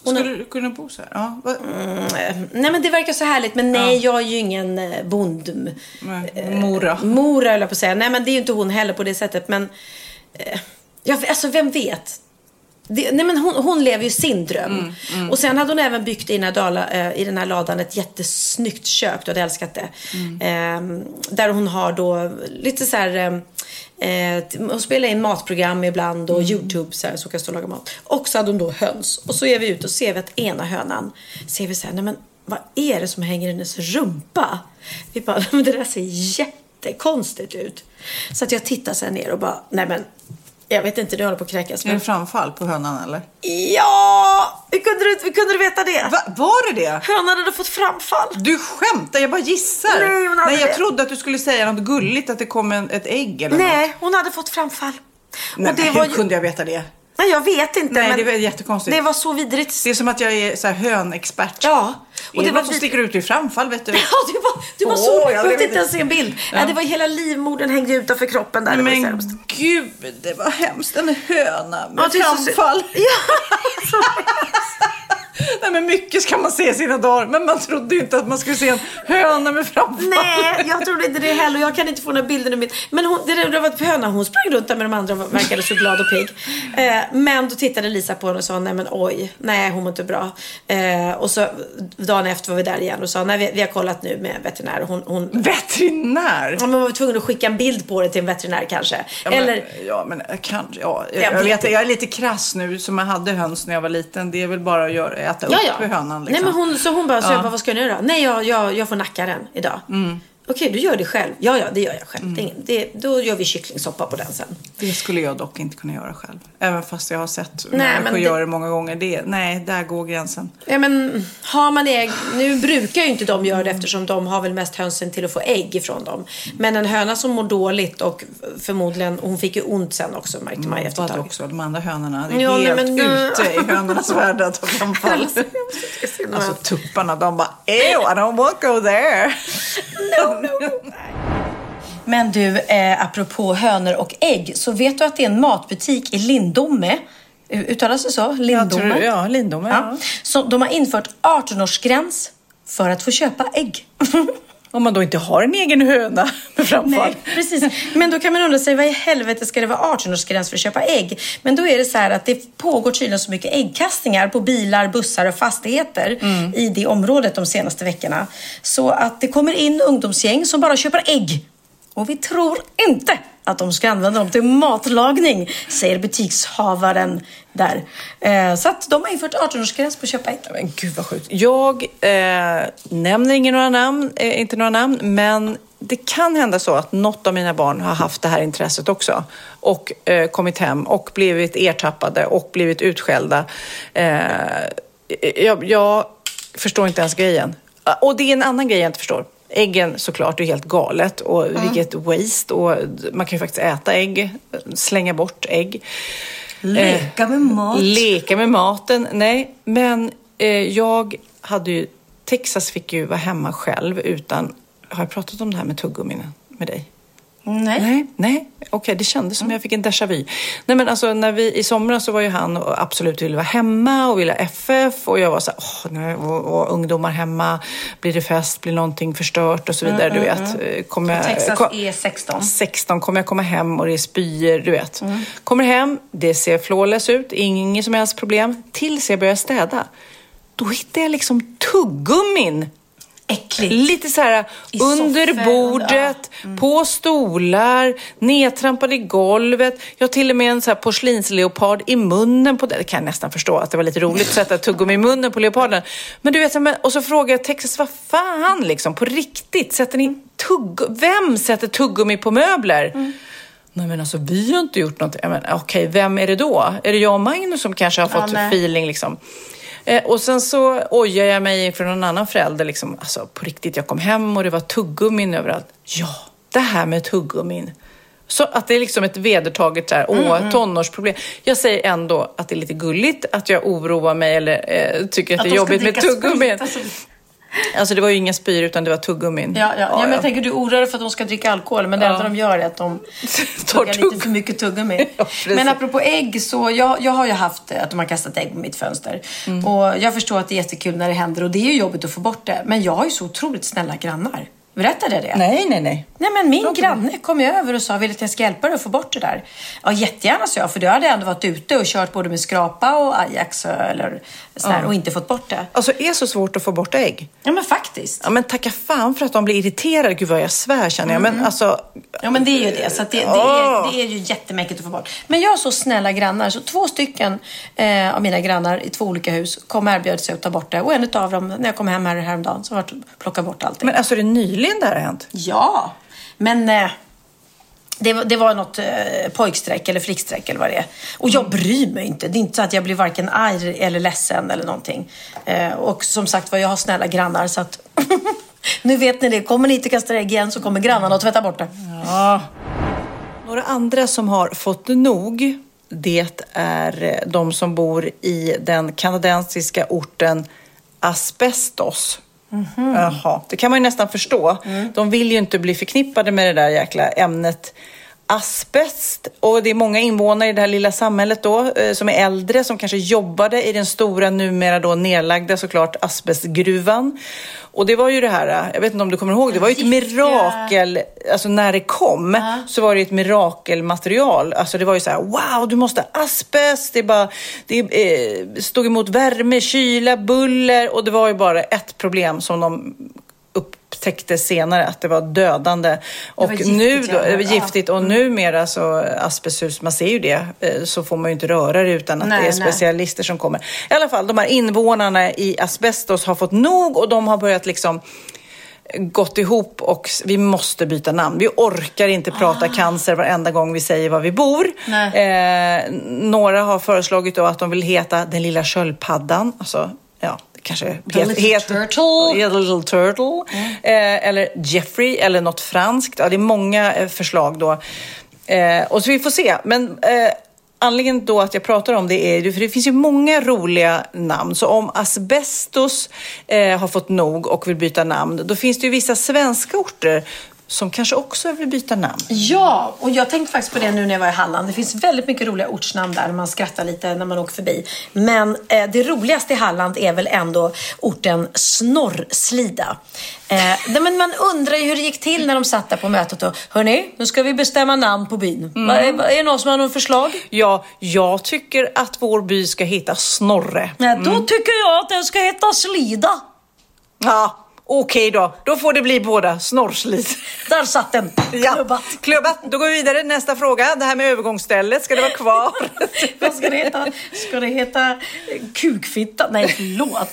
Hon Skulle har... du kunna bo så här? Ja. Vad... Mm, nej, men det verkar så härligt. Men nej, ja. jag är ju ingen eh, bond... Nej, mora. Eh, mora, eller på att säga. Nej, men det är ju inte hon heller på det sättet. Men... Eh, jag, alltså, vem vet? Det, nej, men hon, hon lever ju sin dröm. Mm, mm. Och sen hade hon även byggt i den här, dala, eh, i den här ladan ett jättesnyggt kök. Du hade älskat det. Mm. Eh, där hon har då lite så här... Eh, hon spelar in matprogram ibland. Och mm. YouTube så, här, så kan stå och laga mat. Och så hade hon då höns. Och så är vi ute och ser vi att ena hönan. Ser vi så här, nej men vad är det som hänger i hennes rumpa? Vi bara, men det där ser jättekonstigt ut. Så att jag tittar så här ner och bara, nej men jag vet inte, du håller på att kräkas. Är det framfall på hönan eller? Ja! Hur kunde du, hur kunde du veta det? Va, var det det? Hönan hade fått framfall. Du skämtar, jag bara gissar. Nej, hon hade Nej jag det. trodde att du skulle säga något gulligt, att det kom en, ett ägg eller Nej, något. hon hade fått framfall. Nej, och det men var hur ju... kunde jag veta det? Nej, jag vet inte. Nej, men det var jättekonstigt. Det var så vidrigt. Det är som att jag är så här hönexpert. Ja. Och det, det var som sticker ut i framfall, vet du. Ja, du var, du var Åh, så... jag Jag vet fick inte ens se en bild. Ja. Ja, det var hela livmodern hängde utanför kroppen där. Nej, det var men gud, det var hemskt. En höna med ja, framfall. Så... Ja, så... Nej, men mycket ska man se sina dagar. Men man trodde ju inte att man skulle se en höna med framfall. Nej, jag trodde inte det heller. Jag kan inte få några bilder i mitt. Men hon, det, det var höna, hon sprang runt där med de andra och verkade så glad och pigg. Eh, men då tittade Lisa på henne och sa, nej men oj, nej hon var inte bra. Eh, och så dagen efter var vi där igen och sa, nej vi, vi har kollat nu med veterinär. Hon, hon... Veterinär? Ja, men var tvungen att skicka en bild på det till en veterinär kanske. Ja, Eller... men, ja, men kanske, ja. Jag, jag, jag, vet vet, jag är lite krass nu som jag hade höns när jag var liten. Det är väl bara att göra, äta ja, upp ja. hönan liksom. Nej, men hon, så hon bara, så ja. jag bara, vad ska jag nu göra? Nej, jag, jag, jag får nacka den idag. Mm. Okej, du gör det själv. Ja, ja, det gör jag själv. Mm. Det är ingen, det, då gör vi kycklingsoppa på den sen. Det skulle jag dock inte kunna göra själv. Även fast jag har sett nej, människor det... göra det många gånger. Det, nej, där går gränsen. Ja, men har man ägg... Nu brukar ju inte de göra det eftersom de har väl mest hönsen till att få ägg ifrån dem. Men en höna som mår dåligt och förmodligen... Hon fick ju ont sen också, märkte man efter ett tag. Också, de andra hönorna. Det är ja, helt nej, men... ute i hönornas värld att ta framfall. Alltså tupparna, de bara, ew, I don't want to go there. No, no. Men du, eh, apropå hönor och ägg, så vet du att det är en matbutik i Lindome, uttalas det så? Lindome? Tror, ja, Lindome. Ja. Ja. Så de har infört arton-årsgräns för att få köpa ägg. Om man då inte har en egen höna med framfall. Nej, precis. Men då kan man undra sig, vad i helvete ska det vara arton-årsgräns för att köpa ägg? Men då är det så här att det pågår tydligen så mycket äggkastningar på bilar, bussar och fastigheter mm. i det området de senaste veckorna. Så att det kommer in ungdomsgäng som bara köper ägg. Och vi tror inte att de ska använda dem till matlagning, säger butikshavaren där. Eh, så att de har infört arton-årsgräns på att köpa ägg. Men gud vad sjukt. Jag eh, nämner ingen några namn, eh, inte några namn, men det kan hända så att något av mina barn har haft det här intresset också. Och eh, kommit hem och blivit ertappade och blivit utskällda. Eh, jag, jag förstår inte ens grejen. Och det är en annan grej jag inte förstår. Äggen såklart är helt galet och mm. vilket waste, och man kan ju faktiskt äta ägg, slänga bort ägg. Leka eh, med mat. Leka med maten, nej. Men eh, jag hade ju, Texas fick ju vara hemma själv utan, har jag pratat om det här med tuggummin med dig? Nej. Nej, nej. Okej, okay, det kändes som mm. jag fick en déjà vu. Nej, men alltså när vi i somras så var ju han och absolut ville vara hemma och ville ha F F, och jag var så här, åh, nu och, och ungdomar hemma, blir det fest, blir någonting förstört och så vidare, mm, du vet. Mm. Kommer jag, Texas kom, är sexton. sexton kommer jag komma hem och det är spyor, du vet. Mm. Kommer hem, det ser flawless ut, inget som helst problem, tills jag börjar städa. Då hittar jag liksom tuggummin. Äckligt. Lite så här I under soffan, bordet, ja. mm. på stolar, nedtrampad i golvet. Jag har till och med en så här porslinsleopard i munnen på det. Det kan jag nästan förstå att det var lite roligt att sätta tuggummi i munnen på leoparden. Men du vet, och så frågar jag Texas, vad fan liksom, på riktigt, sätter ni tugg... Vem sätter tuggummi på möbler? Mm. Nej, men alltså vi har inte gjort något. Okej, okay, vem är det då? Är det jag och Magnus som kanske har fått ja, feeling liksom? Eh, och sen så ojar jag mig för någon annan förälder liksom, alltså på riktigt, jag kom hem och det var tuggummin överallt. Ja, det här med tuggummin. Så att det är liksom ett vedertaget där, åh, mm, tonårsproblem. Jag säger ändå att det är lite gulligt att jag oroar mig eller eh, tycker att, att det är jobbigt med tuggummin. Alltså det var ju inga spyr utan det var tuggummin. Ja, ja. ja, men jag tänker du oroar dig för att de ska dricka alkohol. Men det enda ja. de gör är att de tuggar lite för mycket tuggummi. Ja, men apropå ägg så jag, jag har ju haft att de har kastat ägg på mitt fönster. Mm. Och jag förstår att det är jättekul när det händer. Och det är ju jobbigt att få bort det. Men jag har ju så otroligt snälla grannar. Berättade det? Nej, nej, nej. Nej, men min granne kom ju över och sa, vill att jag ska hjälpa dig att få bort det där? Ja, jättegärna, så jag. För du hade ändå varit ute och kört både med skrapa och Ajax eller sådär, ja. och inte fått bort det. Alltså, är det så svårt att få bort ägg? Ja, men faktiskt. Ja, men tacka fan för att de blir irriterade. Gud vad jag svär, känner jag. Mm. Men alltså... Ja, men det är ju det. Så att det, det, är, det är ju jättemäckigt att få bort. Men jag har så snälla grannar. Så två stycken eh, av mina grannar i två olika hus kom och erbjöd sig att ta bort det. Och en av dem, när jag kom hem här häromdagen, så var det plocka bort allting. Men alltså, det är nyligen där har hänt? Ja, men eh, det, var, det var något eh, pojksträck eller flicksträck eller vad det är. Och jag bryr mig inte. Det är inte så att jag blir varken arg eller ledsen eller någonting. Eh, och som sagt var, jag har snälla grannar så att nu vet ni det. Kommer ni inte kasta ägg igen så kommer grannarna att tvätta bort det. Ja. Några andra som har fått nog, det är de som bor i den kanadensiska orten Asbestos. Mm-hmm. Jaha, det kan man ju nästan förstå. Mm. De vill ju inte bli förknippade med det där jäkla ämnet asbest. Och det är många invånare i det här lilla samhället då eh, som är äldre, som kanske jobbade i den stora, numera då nedlagda såklart, asbestgruvan. Och det var ju det här, jag vet inte om du kommer ihåg, det var ju ett mirakel, alltså när det kom ja. så var det ett mirakelmaterial. Alltså det var ju så här, wow, du måste ha asbest, det, är bara, det eh, stod emot värme, kyla, buller, och det var ju bara ett problem som de upptäckte senare, att det var dödande. Och det var giftigt, nu då, det var giftigt, och numera så asbesthus, man ser ju det, så får man ju inte röra det utan att nej, det är specialister nej. som kommer. I alla fall, de här invånarna i Asbestos har fått nog, och de har börjat liksom gått ihop och vi måste byta namn. Vi orkar inte prata ah. cancer varenda gång vi säger var vi bor. Eh, några har föreslagit då att de vill heta den lilla sköldpaddan, alltså ja, kanske The het, little het, turtle. Yeah, the little turtle. Mm. Eh, eller Jeffrey, eller något franskt. Ja, det är många eh, förslag då. Eh, och så vi får se. Men eh, anledningen då att jag pratar om det är ju för det finns ju många roliga namn. Så om Asbestos eh, har fått nog och vill byta namn, då finns det ju vissa svenska orter som kanske också vill byta namn. Ja, och jag tänkte faktiskt på det nu när jag var i Halland. Det finns väldigt mycket roliga ortsnamn där. Man skrattar lite när man åker förbi. Men eh, det roligaste i Halland är väl ändå orten Snorrslida. Eh, men man undrar ju hur det gick till när de satt där på mötet. Och, hörni, nu ska vi bestämma namn på byn. Mm. Är, är det någon som har någon förslag? Ja, jag tycker att vår by ska heta Snorre. Mm. Ja, då tycker jag att den ska heta Slida. Ja. Okej då, då får det bli båda. Snorrslid. Där satt den. Klubbat. Ja, klubbat. Då går vi vidare. Nästa fråga. Det här med övergångsstället. Ska det vara kvar? Vad ska det heta? Ska det heta kukfitta? Nej, förlåt.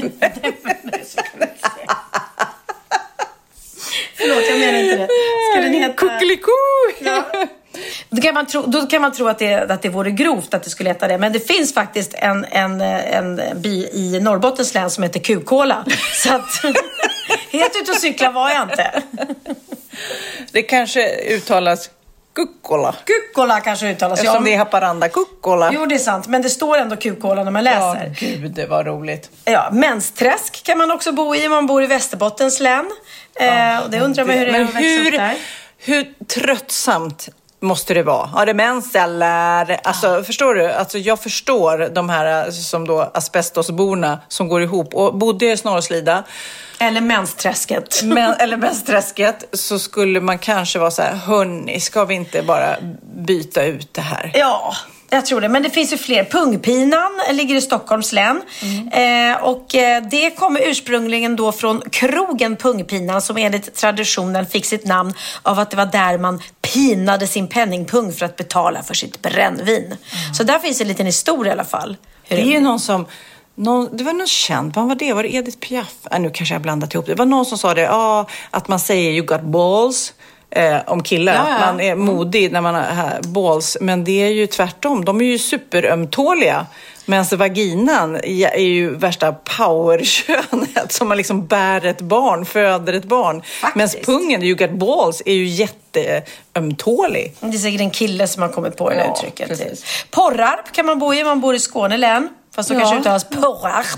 Förlåt, jag menar inte det. Ska den heta... Kuckeliku. Ja. Då kan man tro, då kan man tro att, det, att det vore grovt att det skulle heta det. Men det finns faktiskt en, en, en by i Norrbottens län som heter Kukåla. Så att helt ut och cykla var jag inte. Det kanske uttalas Kukkola. Kukkola kanske uttalas. Eftersom ja. det är Haparanda, Kukkola. Jo, det är sant. Men det står ändå Kukkola när man läser. Ja, gud, det var roligt. Ja, Mensträsk kan man också bo i om man bor i Västerbottens län. Ja, eh, och det undrar man hur det är att växa upp där. Hur tröttsamt måste det vara? Har det mens eller... Alltså, ah. förstår du? Alltså, jag förstår de här som då asbestosborna som går ihop och bodde i Snorrslida. Eller mensträsket. Men, eller mensträsket, så skulle man kanske vara så här, hörni, ska vi inte bara byta ut det här? Ja, jag tror det. Men det finns ju fler. Pungpinan ligger i Stockholms län. Mm. Eh, och eh, det kommer ursprungligen då från krogen Pungpinan, som enligt traditionen fick sitt namn av att det var där man pinade sin penningpung för att betala för sitt brännvin. Mm. Så där finns en liten historia i alla fall. Hur det är ju någon som... Någon, det var någon känd, vad var det? Var det Edith Piaf? Äh, nu kanske jag blandat ihop det. Det var någon som sa det, ah, att man säger you got balls eh, om killar. Ja, ja. Man är modig när man har balls. Men det är ju tvärtom. De är ju superömtåliga. Medan vaginan är ju värsta powerkönet som man liksom bär ett barn, föder ett barn. Medan pungen, you got balls, är ju jätteömtålig. Det är säkert en kille som har kommit på det ja, uttrycket. Precis. Porrarp kan man bo i, man bor i Skåne län. Fast då ja. kanske uttalas Porrarp.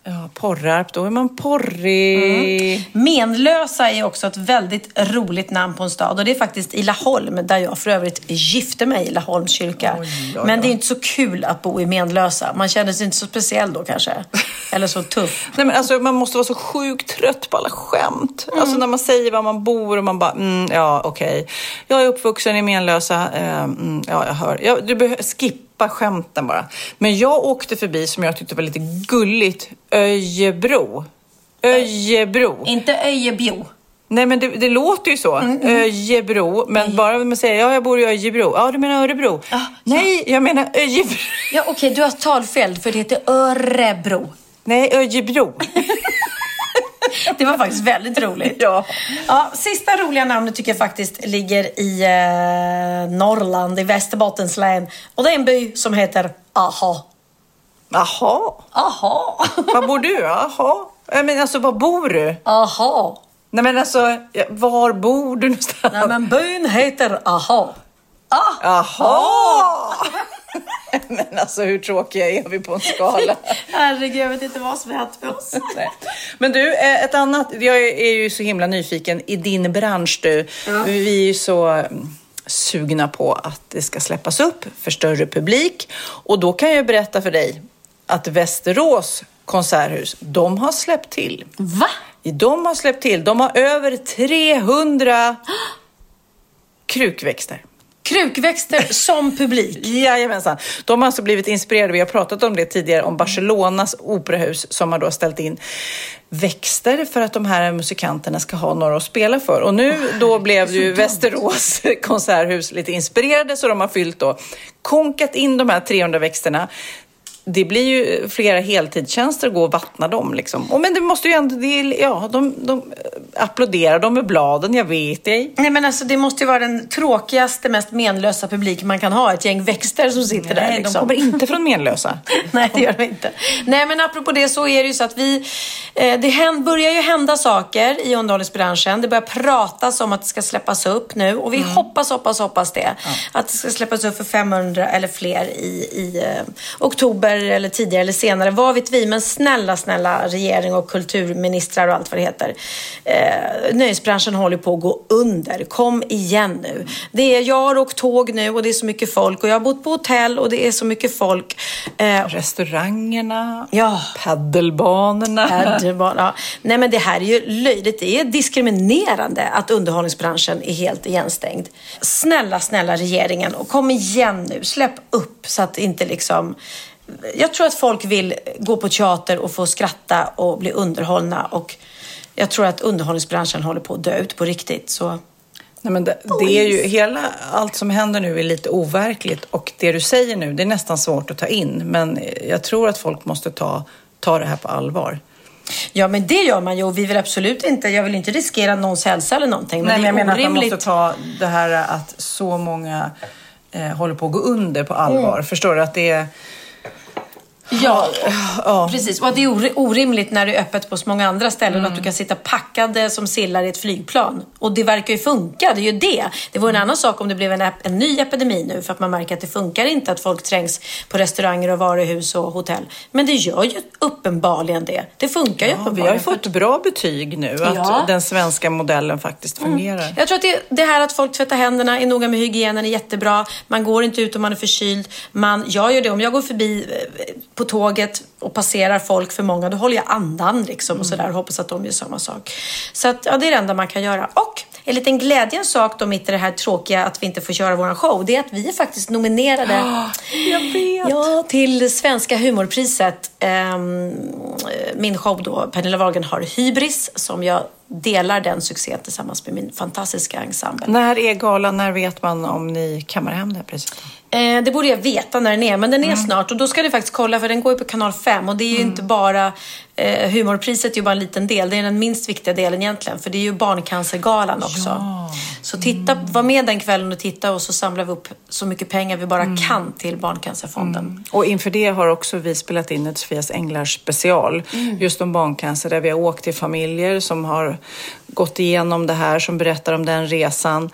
Ja, Porrarp, då är man porrig. Mm. Menlösa är också ett väldigt roligt namn på en stad. Och det är faktiskt i Laholm, där jag för övrigt gifte mig i Laholms kyrka. Oj, ja, Men det är inte så kul att bo i Menlösa. Man känner sig inte så speciell då kanske. Eller så tuff. Nej, men alltså, man måste vara så sjukt trött på alla skämt. Mm. Alltså när man säger var man bor och man bara, mm, ja okej. Okay. Jag är uppvuxen i Menlösa. Eh, mm, ja, jag hör. Jag, du behöver skippa skämten bara. Men jag åkte förbi, som jag tyckte var lite gulligt, Öjebro. Öjebro. Inte Öjebro. Nej, men det, det låter ju så. Mm, mm. Öjebro. Men mm. bara man säger, ja, jag bor i Öjebro. Ja, du menar Örebro. Ah, Nej, ja. jag menar Öjebro. Ja, okej, okay, du har talfel, för det heter Örebro. Nej, Öjebro. Det var faktiskt väldigt roligt. Ja. Ja, sista roliga namnet tycker jag faktiskt ligger i eh, Norrland, i Västerbottens län. Och det är en by som heter Aha. Aha? Aha. Var bor du? Aha. Men alltså, var bor du? Aha. Nej, men alltså, var bor du någonstans? Nej, men byn heter Aha. Ah. Aha. Men alltså, hur tråkiga är vi på en skala? Herregud, jag vet inte vad som hänt med oss. Nej. Men du, ett annat, jag är ju så himla nyfiken i din bransch du. Ja. Vi är ju så sugna på att det ska släppas upp för större publik. Och då kan jag berätta för dig att Västerås konserthus, de har släppt till. Va? De har släppt till. De har över trehundra krukväxter. Krukväxter som publik. Jajamensan. De har alltså blivit inspirerade. Vi har pratat om det tidigare. Om Barcelonas operahus som har då ställt in växter för att de här musikanterna ska ha några att spela för. Och nu oh, då blev ju Västerås konserthus lite inspirerade. Så de har fyllt då, konkat in de här trehundra växterna. Det blir ju flera heltidstjänster att gå och vattna dem liksom. Och men det måste ju ändå, det, ja, de, de applåderar dem med bladen, jag vet ej. Nej, men alltså det måste ju vara den tråkigaste, mest menlösa publik man kan ha. Ett gäng växter som sitter Nej, där liksom. De kommer inte från Menlösa. Nej, det gör de inte. Nej, men apropå det så är det ju så att vi, eh, det händ, börjar ju hända saker i underhållningsbranschen. Det börjar pratas om att det ska släppas upp nu. Och vi mm. hoppas, hoppas, hoppas det. Ja. Att det ska släppas upp för femhundra eller fler i, i eh, oktober eller tidigare eller senare, vad vet vi, men snälla, snälla regering och kulturministrar och allt vad det heter. Eh, nöjesbranschen håller på att gå under. Kom igen nu. Det är, jag har åkt tåg nu och det är så mycket folk och jag har bott på hotell och det är så mycket folk. Eh, Restaurangerna, ja. paddelbanorna. Paddelban, ja. Nej, men det här är ju löjligt. Det är diskriminerande att underhållningsbranschen är helt igenstängd. Snälla, snälla regeringen, och kom igen nu. Släpp upp så att inte liksom... Jag tror att folk vill gå på teater och få skratta och bli underhållna, och jag tror att underhållningsbranschen håller på att dö ut på riktigt. Så... Nej, men det, det är ju hela, allt som händer nu är lite overkligt, och det du säger nu, det är nästan svårt att ta in, men jag tror att folk måste ta, ta det här på allvar. Ja, men det gör man ju, och vi vill absolut inte, jag vill inte riskera någons hälsa eller någonting. Men Nej, det är men jag menar orimligt. att man måste ta det här att så många eh, håller på att gå under på allvar. Mm. Förstår du att det är... Ja, ja, precis. Och att det är orimligt när det är öppet på så många andra ställen, mm. att du kan sitta packade som sillar i ett flygplan. Och det verkar ju funka, det är ju det. Det vore en annan sak om det blev en, en ny epidemi nu, för att man märker att det funkar inte att folk trängs på restauranger och varuhus och hotell. Men det gör ju uppenbarligen det. Det funkar ju ja, uppenbarligen. Vi har ju fått bra betyg nu, att ja. den svenska modellen faktiskt fungerar. Mm. Jag tror att det, det här att folk tvättar händerna, är noga med hygienen, är jättebra. Man går inte ut om man är förkyld. Man, jag gör det, om jag går förbi på tåget och passerar folk för många, då håller jag andan liksom, mm. och sådär, och hoppas att de gör samma sak. Så att, ja, det är det enda man kan göra. Och en liten glädjens sak då, mitt i det här tråkiga att vi inte får köra våran show, det är att vi är faktiskt nominerade oh, jag vet. Ja, till Svenska humorpriset. Um, min show då, Pernilla Wahlgren har Hybris, som jag delar den succén tillsammans med min fantastiska ensemble. När är galan? När vet man om ni kammar hem det här priset? Eh, det borde jag veta när den är, men den är mm. snart, och då ska det faktiskt kolla, för den går ju på kanal fem, och det är ju mm. inte bara eh, humorpriset är ju bara en liten del, det är den minst viktiga delen egentligen, för det är ju barncancergalan också. Ja. Så titta, mm. var med den kvällen och titta, och så samlar vi upp så mycket pengar vi bara mm. kan till Barncancerfonden. Mm. Och inför det har också vi spelat in ett Sofias Änglar special mm. just om barncancer, där vi har åkt till familjer som har gått igenom det här, som berättar om den resan.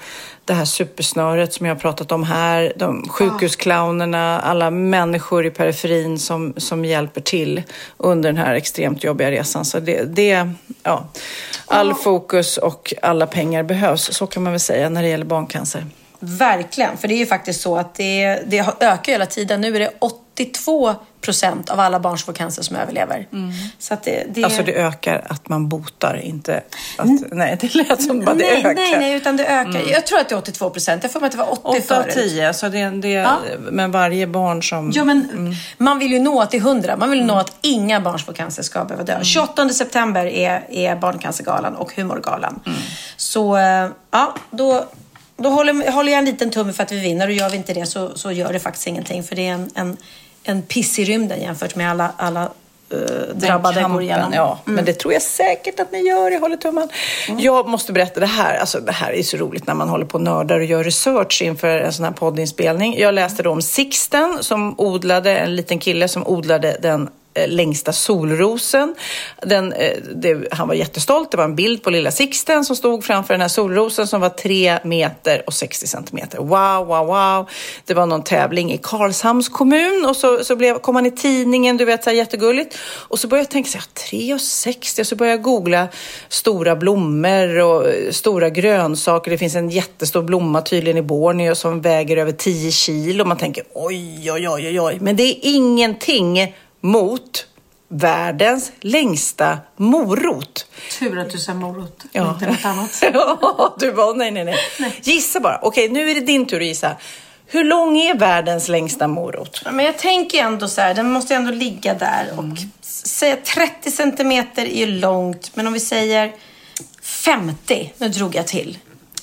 det här supersnöret som jag har pratat om här, de sjukhusclownerna, alla människor i periferin som, som hjälper till under den här extremt jobbiga resan. Så det, det ja, all fokus och alla pengar behövs, så kan man väl säga när det gäller barncancer. Verkligen, för det är ju faktiskt så att det, det ökar hela tiden. Nu är det åttiotvå procent av alla barn som får cancer som överlever. Mm. Så att det, det... Alltså det ökar att man botar, inte att... Mm. Nej, det lät som bara nej, det ökar. Nej, nej, utan det ökar. Mm. Jag tror att det är åttiotvå procent. Jag får mig att det var åttio åtta av förut. tio, så det, det ja. Men varje barn som... Ja, men mm. man vill ju nå till hundra. Man vill mm. nå att inga barn som får cancer ska behöva dö. Mm. tjugoåttonde september är, är barncancergalan och humorgalan. Mm. Så, ja, då... Då håller, håller jag en liten tumme för att vi vinner, och gör vi inte det så, så gör det faktiskt ingenting. För det är en, en, en piss i rymden jämfört med alla, alla uh, drabbade går igenom. Ja, mm. Men det tror jag säkert att ni gör, jag håller tummen. Mm. Jag måste berätta det här, alltså det här är så roligt när man håller på och nördar och gör research inför en sån här poddinspelning. Jag läste då om Sixten som odlade, en liten kille som odlade den längsta solrosen. Den, det, han var jättestolt. Det var en bild på lilla Sixten som stod framför den här solrosen som var tre meter och sextio centimeter. Wow, wow, wow. Det var någon tävling i Karlshamns kommun och så, så blev, kom han i tidningen, du vet, så här jättegulligt. Och så började jag tänka så här, tre och sextio, och så började jag googla stora blommor och stora grönsaker. Det finns en jättestor blomma tydligen i Borneo som väger över tio kilo. Och man tänker, oj, oj, oj, oj, oj. Men det är ingenting mot världens längsta morot. Tur att du sa morot, ja. Inte något annat. Ja, du bara, nej, nej, nej, nej. Gissa bara. Okej, nu är det din tur att gissa. Hur lång är världens längsta morot? Ja, men jag tänker ändå så här, den måste ändå ligga där. Mm. Och säga trettio centimeter är ju långt, men om vi säger femtio, nu drog jag till.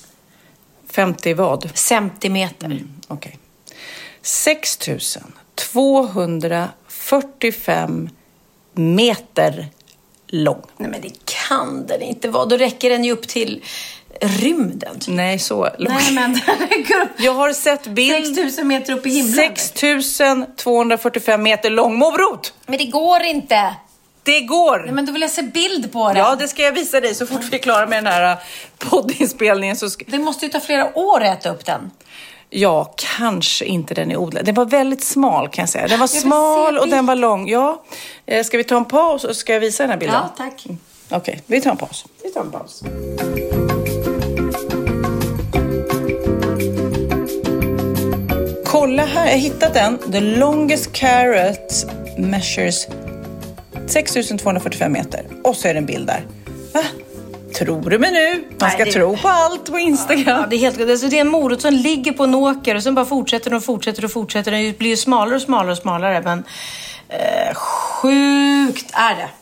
femtio vad? Centimeter. Mm, okej. Okay. sex tusen tvåhundrafyrtiofem meter lång. Nej, men det kan den inte vara. Då räcker den ju upp till rymden. Nej, så lång. Nej, men jag har sett bild. sex tusen meter upp i himlen. sex tusen tvåhundrafyrtiofem meter lång morot. Men det går inte. Det går. Nej, men då vill jag se bild på det. Ja, det ska jag visa dig så fort vi är klara med den här poddinspelningen. Så ska... Det måste ju ta flera år att äta upp den. Ja, kanske inte den är odlad. Den var väldigt smal, kan jag säga. Den var jag smal och den var lång. Ja, ska vi ta en paus och ska jag visa den här bilden? Ja, tack. Okej, okay, vi tar en paus. Vi tar en paus. Kolla här, jag har hittat den. The longest carrot measures sex tusen tvåhundrafyrtiofem meter. Och så är det en bild där. Va? Tror du mig nu? Man ska Nej, det... tro på allt på Instagram. Ja, det är helt alltså, det är en morot som ligger på en åker och sen bara fortsätter och fortsätter och fortsätter. Den blir ju smalare och smalare och smalare. Men eh, sjukt är det.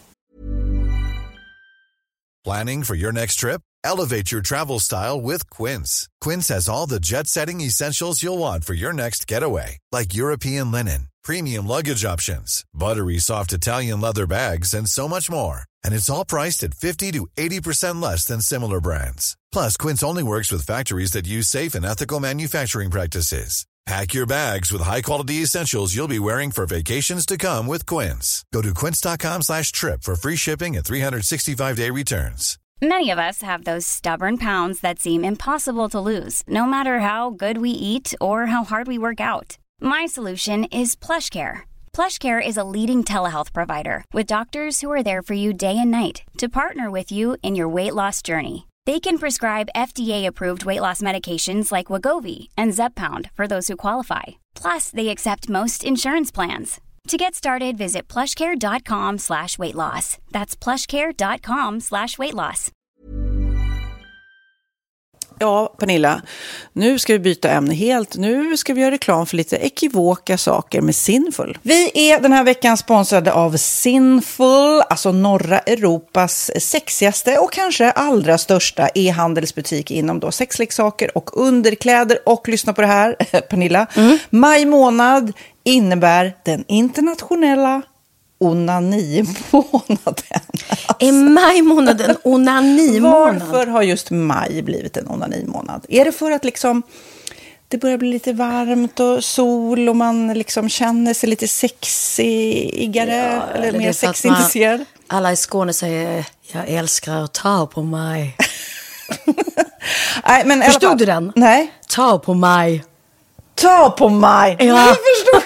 Planning for your next trip? Elevate your travel style with Quince. Quince has all the jet-setting essentials you'll want for your next getaway. Like European linen, premium luggage options, buttery soft Italian leather bags, and so much more. And it's all priced at fifty to eighty percent less than similar brands. Plus, Quince only works with factories that use safe and ethical manufacturing practices. Pack your bags with high-quality essentials you'll be wearing for vacations to come with Quince. Go to quince.com slash trip for free shipping and three sixty-five day returns. Many of us have those stubborn pounds that seem impossible to lose, no matter how good we eat or how hard we work out. My solution is PlushCare. PlushCare is a leading telehealth provider with doctors who are there for you day and night to partner with you in your weight loss journey. They can prescribe F D A-approved weight loss medications like Wegovy and Zepbound for those who qualify. Plus, they accept most insurance plans. To get started, visit plushcare.com slash weight loss. That's plushcare.com slash weight loss. Ja, Pernilla, nu ska vi byta ämne helt. Nu ska vi göra reklam för lite ekivoka saker med Sinful. Vi är den här veckan sponsrade av Sinful, alltså norra Europas sexigaste och kanske allra största e-handelsbutik inom då sexleksaker och underkläder. Och lyssna på det här, Pernilla. Mm. Maj månad innebär den internationella onanimånaden. Är maj månaden onanimånad? Varför har just maj blivit en onanimånad? Är det för att liksom det börjar bli lite varmt och sol och man liksom känner sig lite sexigare ja, eller, eller mer sexintresserad? Alla i Skåne säger jag älskar att ta på mig. Nej, men förstod du den? Nej. Ta på mig. Ta på mig. Ja. Jag förstod.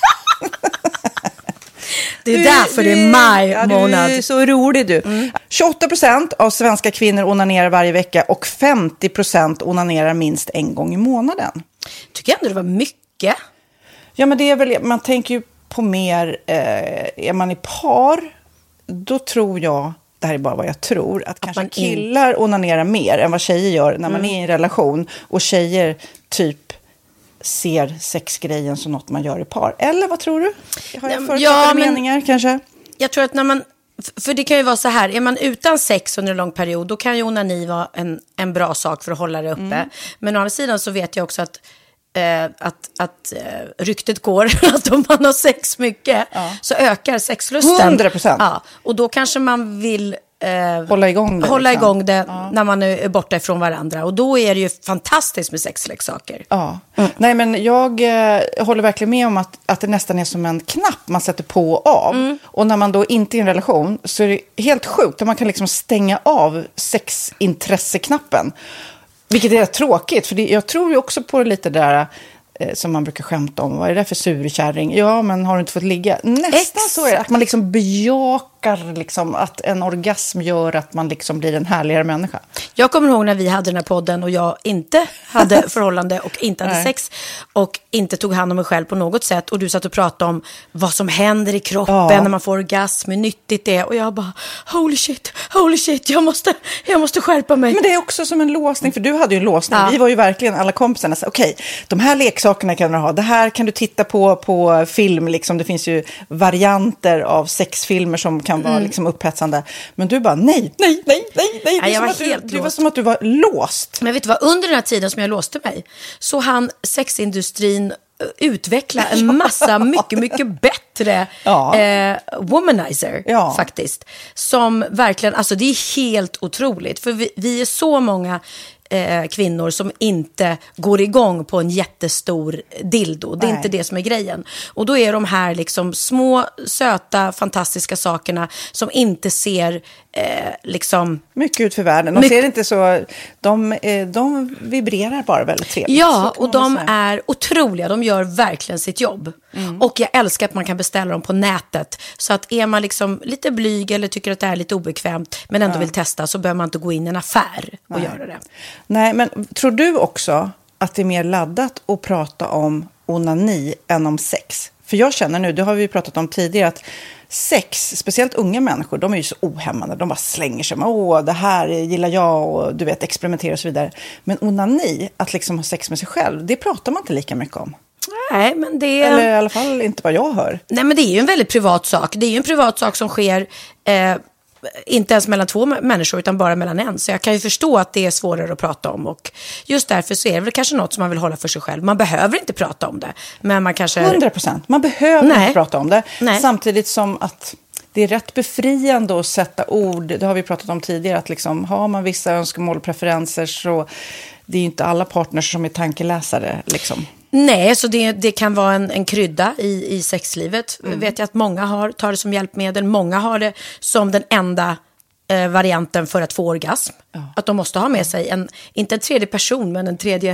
Det är du, därför du, det är maj ja, månad. Du är så rolig du. Mm. tjugoåtta procent av svenska kvinnor onanerar varje vecka och femtio procent onanerar minst en gång i månaden. Tycker jag ändå det var mycket. Ja, men det är väl, man tänker ju på mer, eh, är man i par, då tror jag, det här är bara vad jag tror, att, att kanske killar in... onanerar mer än vad tjejer gör när man mm. är i en relation. Och tjejer typ ser sexgrejen som något man gör i par. Eller vad tror du? Har jag förutsatta ja, meningar kanske? Jag tror att när man, för det kan ju vara så här, är man utan sex under en lång period, då kan ju onani vara en, en bra sak för att hålla det uppe. Mm. Men å andra sidan så vet jag också att Eh, att, att eh, ryktet går att om man har sex mycket ja. så ökar sexlusten. hundra procent. Ja, och då kanske man vill eh, hålla igång det, hålla liksom. igång det ja. när man är borta ifrån varandra. Och då är det ju fantastiskt med sexleksaker. Ja. Mm. Nej, men jag eh, håller verkligen med om att, att det nästan är som en knapp man sätter på och av. Mm. Och när man då inte är i en relation så är det helt sjukt. Man kan liksom stänga av sexintresseknappen. Vilket är tråkigt, för det, jag tror ju också på lite där eh, som man brukar skämta om. Vad är det för surkärring? Ja, men har du inte fått ligga? Nästan Exakt. Så är det, att man liksom bejakar liksom, att en orgasm gör att man liksom blir en härligare människa. Jag kommer ihåg när vi hade den här podden och jag inte hade förhållande och inte hade sex och inte tog hand om mig själv på något sätt. Och du satt och pratade om vad som händer i kroppen ja. när man får orgasm, hur nyttigt det är. Och jag bara, holy shit, holy shit, jag måste, jag måste skärpa mig. Men det är också som en låsning, för du hade ju en låsning. Ja. Vi var ju verkligen alla kompisarna. Okej, okay, de här leksakerna kan du ha. Det här kan du titta på på film. Liksom. Det finns ju varianter av sexfilmer som kan vara mm. liksom upphetsande. Men du bara, nej, nej, nej, nej, nej. nej jag var helt du, det var som att du var låst. Men vet du vad, under den här tiden som jag låste mig så han sexindustrin utveckla en massa mycket, mycket bättre ja. eh, womanizer ja. faktiskt. Som verkligen, alltså det är helt otroligt. För vi, vi är så många eh, kvinnor som inte går igång på en jättestor dildo. Det är Nej. inte det som är grejen. Och då är de här liksom små, söta, fantastiska sakerna som inte ser eh, liksom... mycket ut för världen. De My- ser inte så... De, eh, de vibrerar bara väldigt trevligt. Ja, och de säga. är otroliga. De gör verkligen sitt jobb. Mm. Och jag älskar att man kan beställa dem på nätet. Så att är man liksom lite blyg eller tycker att det är lite obekvämt men ändå ja. vill testa, så behöver man inte gå in i en affär och Nej. göra det. Nej, men tror du också att det är mer laddat att prata om onani än om sex? För jag känner nu, det har vi pratat om tidigare, att sex, speciellt unga människor, de är ju så ohämmande. De bara slänger sig med, åh, det här gillar jag och du vet, experimentera och så vidare. Men onani, att liksom ha sex med sig själv, det pratar man inte lika mycket om. Nej, men det... Eller i alla fall inte vad jag hör. Nej, men det är ju en väldigt privat sak. Det är ju en privat sak som sker... Eh... inte ens mellan två människor utan bara mellan en. Så jag kan ju förstå att det är svårare att prata om. Och just därför så är det väl kanske något som man vill hålla för sig själv. Man behöver inte prata om det. Men man kanske... hundra procent. Man behöver Nej. inte prata om det. Nej. Samtidigt som att det är rätt befriande att sätta ord. Det har vi pratat om tidigare. Att liksom, har man vissa önskemål och preferenser så det är ju inte alla partners som är tankeläsare liksom. Nej, så det, det kan vara en, en krydda i, i sexlivet. Mm. Vet jag att många har, tar det som hjälpmedel. Många har det som den enda eh, varianten för att få orgasm. Ja. Att de måste ha med sig, en, inte en tredje person, men en tredje...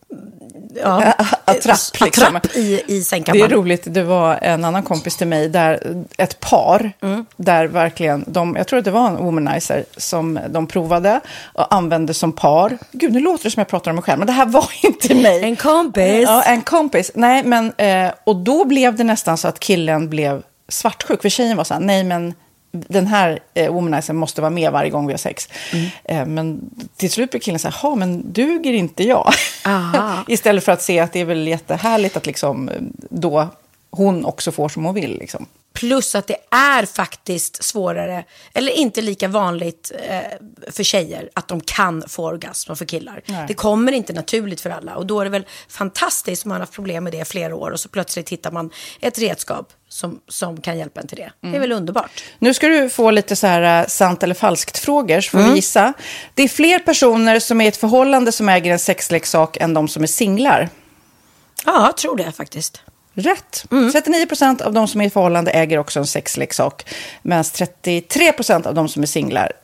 Ja, attrapp, liksom. attrapp i, i sängkammaren. Det är roligt, det var en annan kompis till mig där ett par mm. där verkligen de, jag tror att det var en womanizer som de provade och använde som par. Gud, nu låter det som jag pratar om mig själv, men det här var inte mig. En kompis. Ja, en kompis. Nej, men eh, och då blev det nästan så att killen blev svartsjuk, för tjejen var så här, nej men den här eh, womanizern måste vara med varje gång vi har sex. Mm. Eh, men till slut blir killen så här, ja men duger inte jag? Istället för att se att det är väl jättehärligt att liksom då hon också får som hon vill liksom. Plus att det är faktiskt svårare, eller inte lika vanligt eh, för tjejer att de kan få orgasm för killar. Nej. Det kommer inte naturligt för alla. Och då är det väl fantastiskt om man har haft problem med det flera år och så plötsligt hittar man ett redskap som, som kan hjälpa en till det. Mm. Det är väl underbart. Nu ska du få lite så här sant eller falskt frågor, så får mm. vi gissa. Det är fler personer som är i ett förhållande som äger en sexleksak än de som är singlar. Ja, jag tror det faktiskt. Rätt. Mm. trettionio procent av de som är i förhållande äger också en sexleksak. Medan trettiotre procent av de som är singlar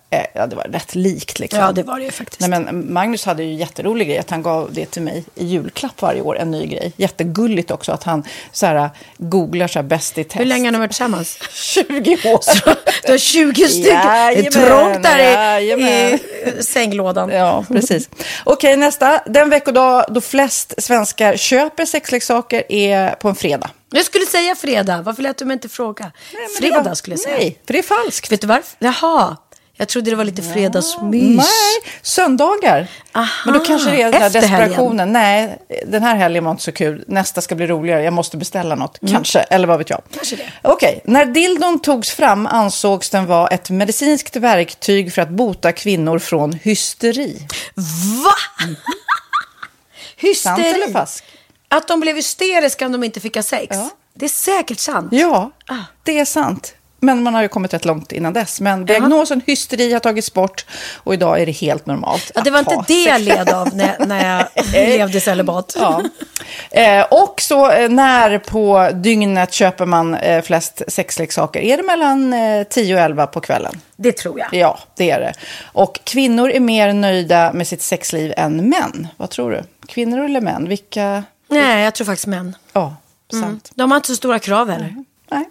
eh, ja, det var rätt likt liksom. Ja, det var det ju faktiskt. Nej, men Magnus hade ju jätterolig grej att han gav det till mig i julklapp varje år, en ny grej. Jättegulligt också att han så här, googlar så här bäst i test. Hur länge har ni varit tillsammans? tjugo år. Så, du har tjugo stycken. Jajamän, det är trångt där jajamän. i, i sänglådan. Ja, precis. Okej, nästa. Den veckodag då flest svenskar köper sexleksaker är på en fredag. Jag skulle säga fredag. Varför lät du mig inte fråga? Nej, fredag var, skulle jag säga. Nej, för det är falskt. Vet du varför? Jaha. Jag trodde det var lite fredagsmys. Nej, söndagar. Aha, men då kanske det är den där efter desperationen. Helgen. Nej, den här helgen var inte så kul. Nästa ska bli roligare. Jag måste beställa något. Mm. Kanske, eller vad vet jag. Kanske det. Okej, när dildon togs fram ansågs den vara ett medicinskt verktyg för att bota kvinnor från hysteri. Va? Mm. Hysteri? Sant eller falskt? Att de blev hysteriska om de inte fick ha sex. Ja. Det är säkert sant. Ja, ah. det är sant. Men man har ju kommit rätt långt innan dess. Men diagnosen hysteri har tagits bort och idag är det helt normalt. Ja, det var inte det jag led av när, när jag levde i celibat. Ja. Eh, och så eh, när på dygnet köper man eh, flest sexleksaker? Är det mellan eh, tio och elva på kvällen? Det tror jag. Ja, det är det. Och kvinnor är mer nöjda med sitt sexliv än män. Vad tror du? Kvinnor eller män? Vilka? Nej, jag tror faktiskt män. Ja, sant. Mm. De har inte så stora krav heller. Nej. Nej.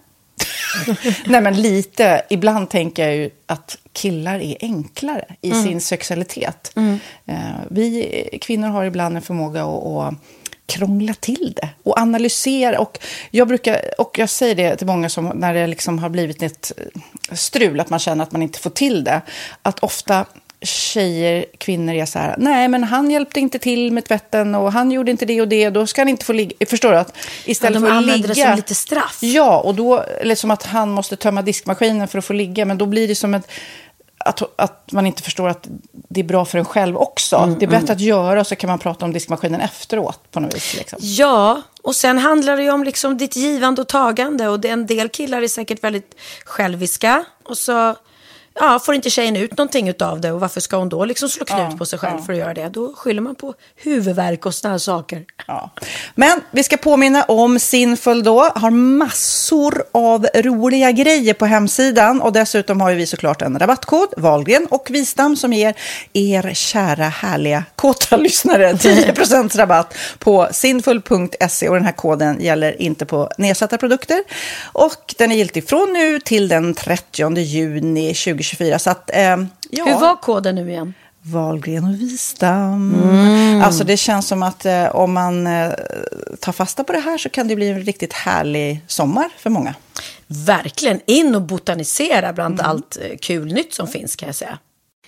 Nej, men lite. Ibland tänker jag ju att killar är enklare i mm. sin sexualitet. Mm. Uh, vi kvinnor har ibland en förmåga att, att krångla till det och analysera. Och jag brukar, och jag säger det till många som när det liksom har blivit ett strul, att man känner att man inte får till det. Att ofta tjejer, kvinnor är så här, nej men han hjälpte inte till med tvätten och han gjorde inte det och det, då ska han inte få ligga. Förstår du? Att istället ja, de för att ligga. använder det som lite straff. Ja, och då, eller som att han måste tömma diskmaskinen för att få ligga, men då blir det som ett, att, att man inte förstår att det är bra för en själv också. Mm, det är bättre mm. att göra, och så kan man prata om diskmaskinen efteråt på något vis. Liksom. Ja, och sen handlar det ju om liksom ditt givande och tagande, och en del killar är säkert väldigt själviska, och så ja, får inte tjejen ut någonting utav det, och varför ska hon då liksom slå knut ja, på sig själv ja. för att göra det? Då skyller man på huvudvärk och såna här saker. Ja. Men vi ska påminna om Sinful då, har massor av roliga grejer på hemsidan, och dessutom har vi såklart en rabattkod, Wahlgren och Wistam, som ger er kära härliga kåta lyssnare tio procent rabatt på sinful punkt se, och den här koden gäller inte på nedsatta produkter, och den är giltig från nu till den trettionde juni tjugohundratjugofyra. Så att, eh, ja. Hur var koden nu igen? Wahlgren och Wistam. Mm. Alltså det känns som att eh, om man eh, tar fasta på det här så kan det bli en riktigt härlig sommar för många. Verkligen, in och botanisera bland mm. allt eh, kul nytt som finns, kan jag säga.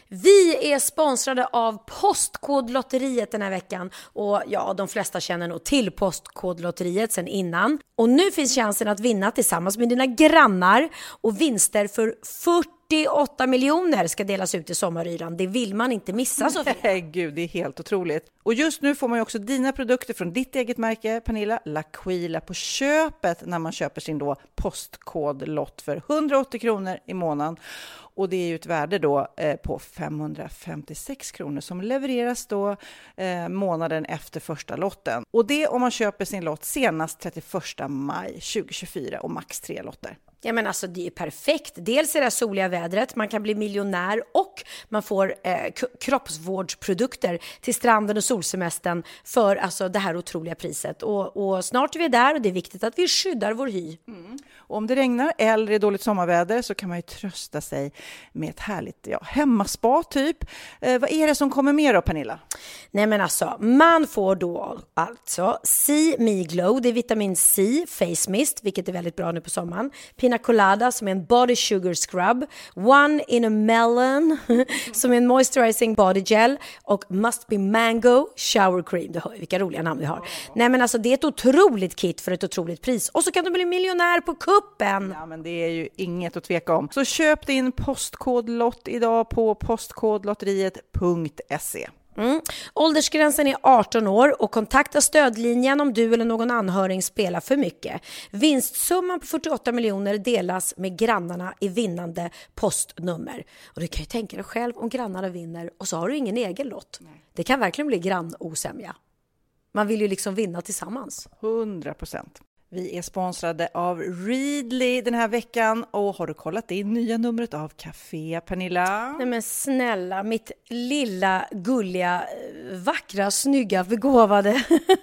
Vi är sponsrade av Postkodlotteriet den här veckan, och ja, de flesta känner nog till Postkodlotteriet sedan innan. Och nu finns chansen att vinna tillsammans med dina grannar, och vinster för fyrtioåtta miljoner ska delas ut i sommaryran. Det vill man inte missa, Sofia. Nej, gud, det är helt otroligt. Och just nu får man ju också dina produkter från ditt eget märke, Pernilla, L'Aquila, på köpet när man köper sin då postkodlott för hundraåttio kronor i månaden. Och det är ju ett värde då eh, på femhundrafemtiosex kronor som levereras då eh, månaden efter första lotten. Och det om man köper sin lott senast trettioförsta maj tjugohundratjugofyra, och max tre lotter. Ja, men alltså det är ju perfekt. Dels är det soliga vädret, man kan bli miljonär, och man får eh, k- kroppsvårdsprodukter till stranden och solsemestern för alltså det här otroliga priset. Och, och snart är vi där, och det är viktigt att vi skyddar vår hy. Mm. Och om det regnar eller är dåligt sommarväder så kan man ju trösta sig med ett härligt ja, hemmaspa typ. Eh, vad är det som kommer med då, Pernilla? Nej, men alltså, man får då alltså See Me Glow, det är vitamin C, face mist, vilket är väldigt bra nu på sommaren. Pina Colada som är en body sugar scrub, One in a Melon som är en moisturizing body gel, och Must Be Mango shower cream. Du hör ju vilka roliga namn vi har. Nej, men alltså det är ett otroligt kit för ett otroligt pris, och så kan du bli miljonär på kuppen. Ja, men det är ju inget att tveka om. Så köp din postkodlott idag på postkodlotteriet punkt se. Mm. Åldersgränsen är arton år, och kontakta stödlinjen om du eller någon anhörig spelar för mycket. Vinstsumman på fyrtioåtta miljoner delas med grannarna i vinnande postnummer. Och du kan ju tänka dig själv om grannarna vinner och så har du ingen egen lott. Nej. Det kan verkligen bli grannosämja. Man vill ju liksom vinna tillsammans. hundra procent. Vi är sponsrade av Readly den här veckan. Och har du kollat in nya numret av Café, Pernilla? Nej men snälla, mitt lilla, gulliga, vackra, snygga, begåvade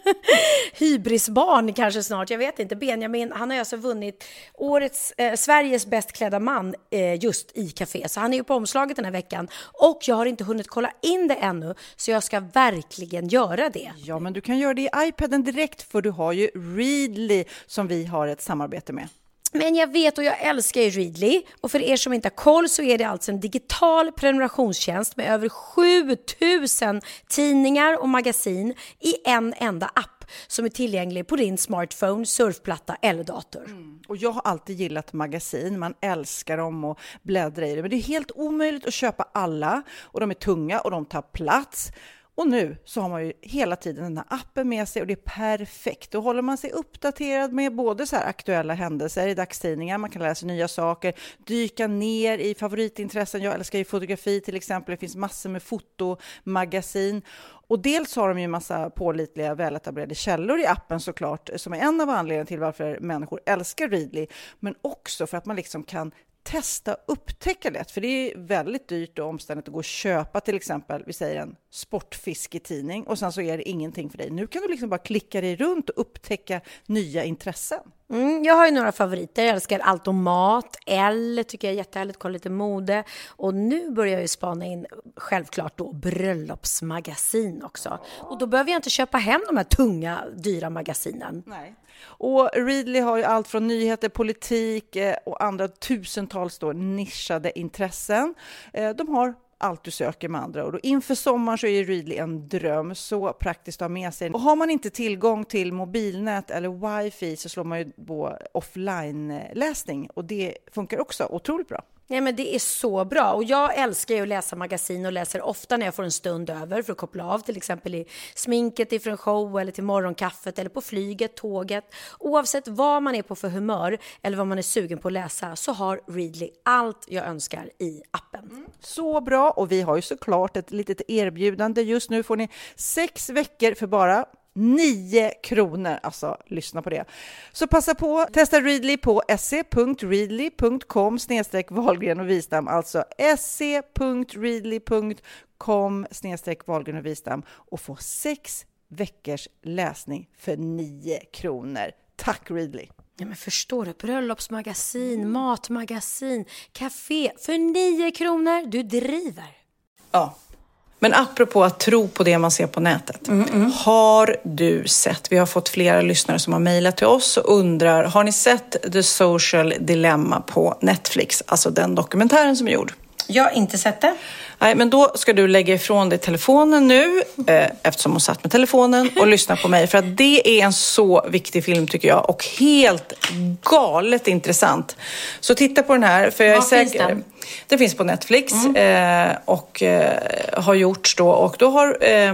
hybrisbarn kanske snart. Jag vet inte. Benjamin, han har alltså vunnit årets, eh, Sveriges bäst klädda man eh, just i Café. Så han är ju på omslaget den här veckan. Och jag har inte hunnit kolla in det ännu. Så jag ska verkligen göra det. Ja, men du kan göra det i iPaden direkt, för du har ju Readly som vi har ett samarbete med. Men jag vet och jag älskar ju Readly. Och för er som inte har koll så är det alltså en digital prenumerationstjänst med över sju tusen tidningar och magasin i en enda app som är tillgänglig på din smartphone, surfplatta eller dator. Mm. Och jag har alltid gillat magasin. Man älskar dem och bläddra i det. Men det är helt omöjligt att köpa alla. Och de är tunga och de tar plats. Och nu så har man ju hela tiden den här appen med sig och det är perfekt. Då håller man sig uppdaterad med både så här aktuella händelser i dagstidningar. Man kan läsa nya saker, dyka ner i favoritintressen. Jag älskar ju fotografi till exempel. Det finns massor med fotomagasin. Och dels har de ju en massa pålitliga, väletablerade källor i appen såklart. Som är en av anledningarna till varför människor älskar Readly. Men också för att man liksom kan testa upptäcka lätt, för det är väldigt dyrt och omständigt att gå och köpa till exempel, vi säger en sportfisketidning och sen så är det ingenting för dig. Nu kan du liksom bara klicka dig runt och upptäcka nya intressen. Mm, jag har ju några favoriter. Jag älskar allt om mat. L tycker jag är jättehärligt, kolla lite mode. Och nu börjar jag ju spana in självklart då bröllopsmagasin också. Och då behöver jag inte köpa hem de här tunga, dyra magasinen. Nej. Och Readly har ju allt från nyheter, politik och andra tusentals då nischade intressen. De har allt du söker med andra. Och då inför sommaren så är Readly en dröm, så praktiskt att ha med sig. Och har man inte tillgång till mobilnät eller wifi så slår man ju på offline-läsning. Och det funkar också otroligt bra. Nej, men det är så bra. Och jag älskar ju att läsa magasin och läser ofta när jag får en stund över för att koppla av. Till exempel i sminket ifrån en show eller till morgonkaffet eller på flyget, tåget. Oavsett vad man är på för humör eller vad man är sugen på att läsa så har Readly allt jag önskar i appen. Mm. Så bra, och vi har ju såklart ett litet erbjudande. Just nu får ni sex veckor för bara nio kronor, alltså lyssna på det. Så passa på, testa Readly på se punkt readly punkt com snedstreck Wahlgren och Wistam, alltså se punkt readly punkt com snedstreck Wahlgren och Wistam och få sex veckors läsning för nio kronor. Tack Readly! Ja, men förstår du, bröllopsmagasin, matmagasin, café för nio kronor, du driver. Ja. Men apropå att tro på det man ser på nätet. Mm, mm. Har du sett, vi har fått flera lyssnare som har mejlat till oss och undrar, har ni sett The Social Dilemma på Netflix? Alltså den dokumentären som är gjord. Jag har inte sett det. Nej, men då ska du lägga ifrån dig telefonen nu, eh, eftersom hon satt med telefonen, och lyssna på mig. För att det är en så viktig film tycker jag, och helt galet intressant. Så titta på den här, för jag är säker... Finns den? Den finns på Netflix mm. eh, och eh, har gjorts då. Och då har... Eh,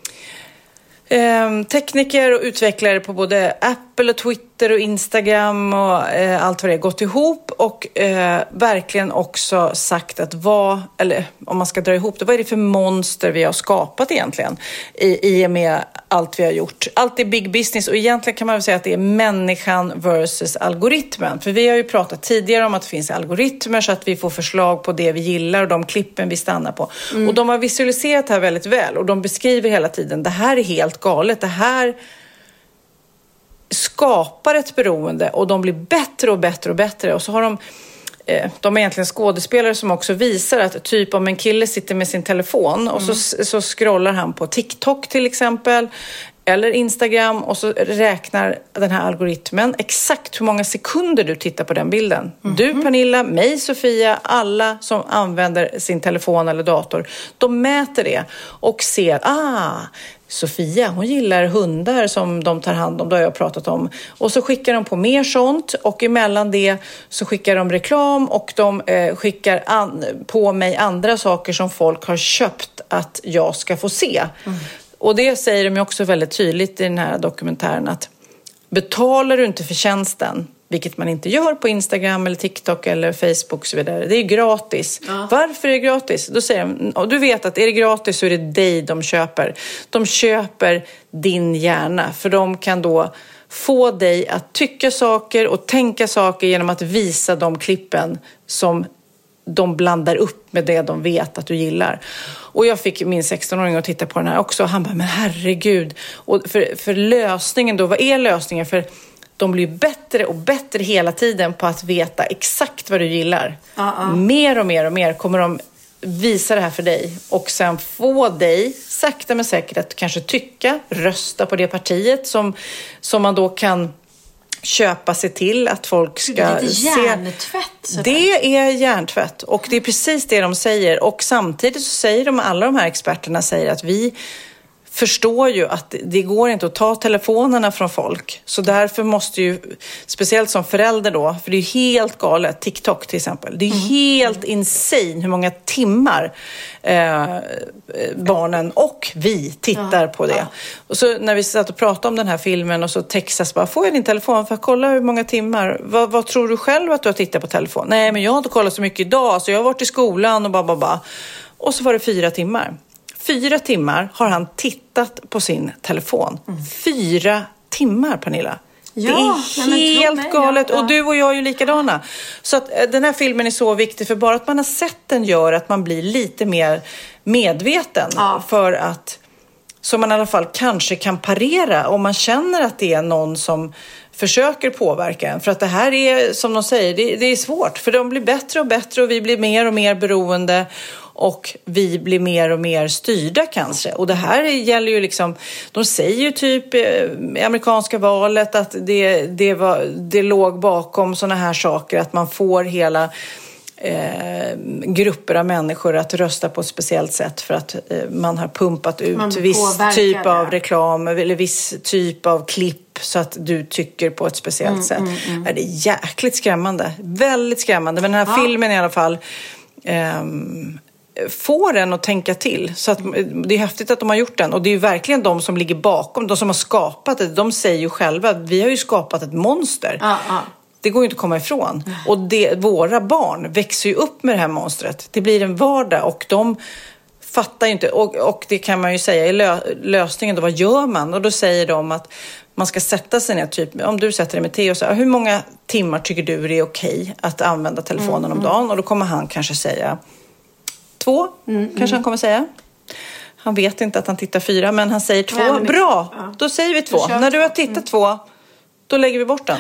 Eh, tekniker och utvecklare på både Apple och Twitter och Instagram och eh, allt vad det är gått ihop och eh, verkligen också sagt att vad, eller om man ska dra ihop det, vad är det för monster vi har skapat egentligen i, i och med allt vi har gjort. Allt är big business och egentligen kan man väl säga att det är människan versus algoritmen. För vi har ju pratat tidigare om att det finns algoritmer så att vi får förslag på det vi gillar och de klippen vi stannar på. Mm. Och de har visualiserat det här väldigt väl och de beskriver hela tiden, det här är helt galet, det här skapar ett beroende och de blir bättre och bättre och bättre och så har de eh, de är egentligen skådespelare som också visar att typ om en kille sitter med sin telefon och mm. så, så scrollar han på TikTok till exempel eller Instagram och så räknar den här algoritmen exakt hur många sekunder du tittar på den bilden. Mm. Du Pernilla, mig Sofia, alla som använder sin telefon eller dator, de mäter det och ser, ah, Sofia, hon gillar hundar som de tar hand om, det har jag pratat om. Och så skickar de på mer sånt och emellan det så skickar de reklam och de eh, skickar an- på mig andra saker som folk har köpt att jag ska få se. Mm. Och det säger de också väldigt tydligt i den här dokumentären att betalar du inte för tjänsten, vilket man inte gör på Instagram eller TikTok eller Facebook och så vidare. Det är gratis. Ja. Varför är det gratis? Då säger de, och du vet att är det gratis så är det dig de köper. De köper din hjärna för de kan då få dig att tycka saker och tänka saker genom att visa de klippen som de blandar upp med det de vet att du gillar. Och jag fick min sexton-åring att titta på den här också. Och han bara, men herregud. Och för, för lösningen då, vad är lösningen? För de blir bättre och bättre hela tiden på att veta exakt vad du gillar. Uh-uh. Mer och mer och mer kommer de visa det här för dig. Och sen få dig, sakta men säkert, att kanske tycka, rösta på det partiet som, som man då kan köpa sig till att folk ska det är lite hjärntvätt, se. Det är hjärntvätt. Och det är precis det de säger. Och samtidigt så säger de, alla de här experterna säger att vi förstår ju att det går inte att ta telefonerna från folk. Så därför måste ju, speciellt som förälder då, för det är helt galet, TikTok till exempel. Det är mm. helt insane hur många timmar eh, barnen och vi tittar ja, på det. Ja. Och så när vi satt och pratade om den här filmen och så Texas bara, får jag din telefon för att kolla hur många timmar? Vad, vad tror du själv att du har tittat på telefon? Nej, men jag har inte kollat så mycket idag, så jag har varit i skolan och bara, bara, bara. Och så var det fyra timmar. Fyra timmar har han tittat på sin telefon. Mm. Fyra timmar, Pernilla. Ja, det är helt mig, galet. Ja, ja. Och du och jag är ju likadana. Så att den här filmen är så viktig. För bara att man har sett den gör att man blir lite mer medveten. Ja. För att, så man i alla fall kanske kan parera. Om man känner att det är någon som försöker påverka en. För att det här är, som de säger, det, det är svårt. För de blir bättre och bättre och vi blir mer och mer beroende. Och vi blir mer och mer styrda kanske. Och det här gäller ju liksom, de säger ju typ i amerikanska valet att det, det, var, det låg bakom såna här saker. Att man får hela eh, grupper av människor att rösta på ett speciellt sätt. För att eh, man har pumpat ut man viss typ av reklam eller viss typ av klipp. Så att du tycker på ett speciellt mm, sätt. Mm, mm. Det är jäkligt skrämmande. Väldigt skrämmande. Men den här ja. filmen i alla fall... Eh, får den att tänka till. Så att det är häftigt att de har gjort den. Och det är ju verkligen de som ligger bakom, de som har skapat det. De säger ju själva, vi har ju skapat ett monster. Ah, ah. Det går ju inte att komma ifrån. Mm. Och det, våra barn växer ju upp med det här monstret. Det blir en vardag och de fattar ju inte. Och, och det kan man ju säga i lö, lösningen då, vad gör man? Och då säger de att man ska sätta sig ner, typ, om du sätter dig med Theo och säger, hur många timmar tycker du det är okej att använda telefonen mm, om dagen? Och då kommer han kanske säga två, mm, kanske mm. han kommer säga. Han vet inte att han tittar fyra, men han säger två. Nej, men bra, ja. Då säger vi två. När du har tittat mm. två, då lägger vi bort den.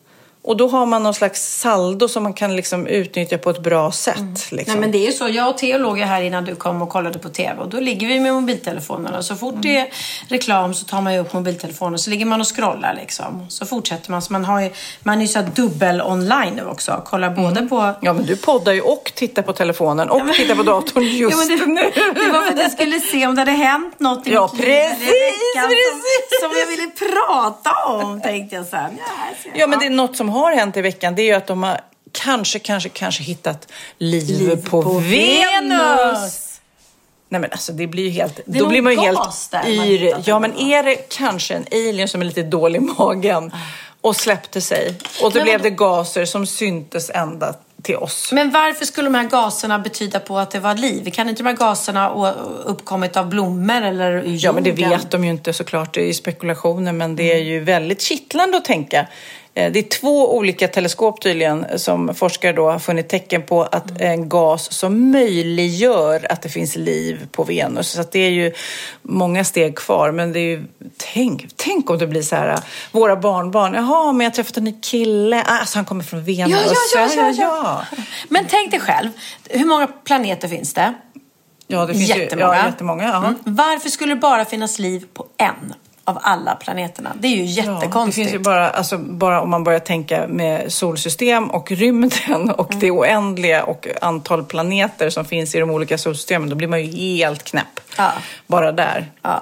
Och då har man någon slags saldo som man kan liksom utnyttja på ett bra sätt. Mm. Liksom. Nej, men det är ju så. Jag och Theo låg här innan du kom och kollade på tv. Och då ligger vi med mobiltelefonerna. Så fort mm. det är reklam så tar man ju upp mobiltelefonen. Och så ligger man och scrollar liksom. Så fortsätter man. Så man, har ju, man är ju så dubbel online nu också. Kollar mm. både på... Ja, men du poddar ju och tittar på telefonen. Och ja, men... tittar på datorn just ja, men det, nu. Det var för att jag skulle se om det hade hänt något i ja, mitt precis, liv. precis. Som, som jag ville prata om, tänkte jag sen. Ja, ja, ja, men det är något som har hänt i veckan, det är ju att de har kanske, kanske, kanske hittat liv, liv på, på Venus. Venus. Nej, men alltså det blir ju helt, då blir man ju helt yr. Ja, men är det kanske en alien som är lite dålig i magen och släppte sig och då men, blev det gaser som syntes ända till oss. Men varför skulle de här gaserna betyda på att det var liv? Kan inte de här gaserna ha uppkommit av blommor eller ur jorden? Ja, men det vet de ju inte såklart, det är spekulationer, men det är ju väldigt kittlande att tänka. Det är två olika teleskop tydligen som forskare då har funnit tecken på att en gas som möjliggör att det finns liv på Venus. Så att det är ju många steg kvar, men det är ju, tänk, tänk om det blir så här, våra barnbarn, jaha, men jag har träffat en ny kille, alltså han kommer från Venus. Ja, ja, ja, ja, ja. Men tänk dig själv, hur många planeter finns det? Ja, det finns jättemånga. Ju, ja, jättemånga. Mm. Varför skulle det bara finnas liv på en av alla planeterna? Det är ju jättekonstigt. Ja, det finns ju bara, alltså, bara om man börjar tänka med solsystem och rymden och mm. det oändliga och antal planeter som finns i de olika solsystemen, då blir man ju helt knäpp. Ja. Bara där. Ja.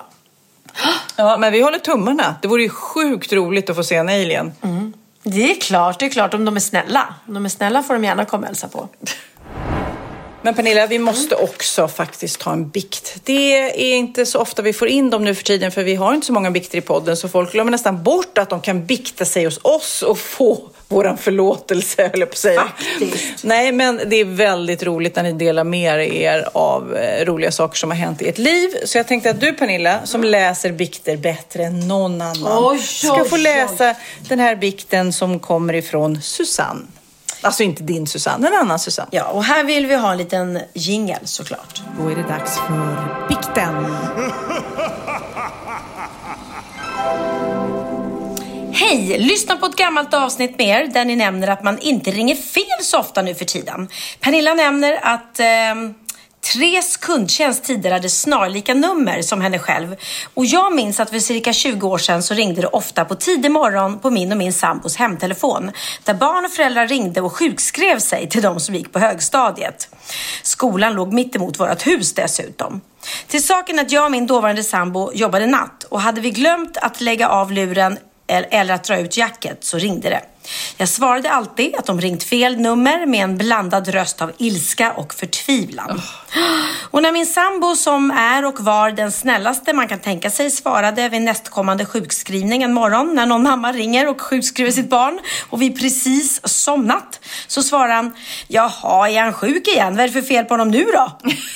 Ja, men vi håller tummarna. Det vore ju sjukt roligt att få se en alien. Mm. Det är klart, det är klart om de är snälla. Om de är snälla får de gärna komma och hälsa på. Men Pernilla, vi måste också faktiskt ta en bikt. Det är inte så ofta vi får in dem nu för tiden, för vi har inte så många bikter i podden, så folk glömmer nästan bort att de kan bikta sig hos oss och få våran förlåtelse, höll jag på att säga. Faktiskt. Nej, men det är väldigt roligt när ni delar med er av eh, roliga saker som har hänt i ert liv. Så jag tänkte att du, Pernilla, som läser bikter bättre än någon annan, oj, ska oj, få läsa oj. den här bikten som kommer ifrån Susanne. Alltså inte din Susanne, en annan Susanne. Ja, och här vill vi ha en liten jingle såklart. Då är det dags för bikten. Hej! Lyssna på ett gammalt avsnitt med er där ni nämner att man inte ringer fel så ofta nu för tiden. Pernilla nämner att eh, Tres kundtjänst tidigare hade snarlika nummer som henne själv. Och jag minns att för cirka tjugo år sedan så ringde det ofta på tidig morgon på min och min sambos hemtelefon. Där barn och föräldrar ringde och sjukskrev sig till de som gick på högstadiet. Skolan låg mitt emot vårt hus dessutom. Till saken att jag och min dåvarande sambo jobbade natt. Och hade vi glömt att lägga av luren eller att dra ut jacket så ringde det. Jag svarade alltid att de ringt fel nummer med en blandad röst av ilska och förtvivlan. Oh. Och när min sambo, som är och var den snällaste man kan tänka sig, svarade vid nästkommande sjukskrivning en morgon när någon mamma ringer och sjukskriver sitt barn och vi precis somnat, så svarar han: jaha, är han sjuk igen? Vad är det för fel på honom nu då?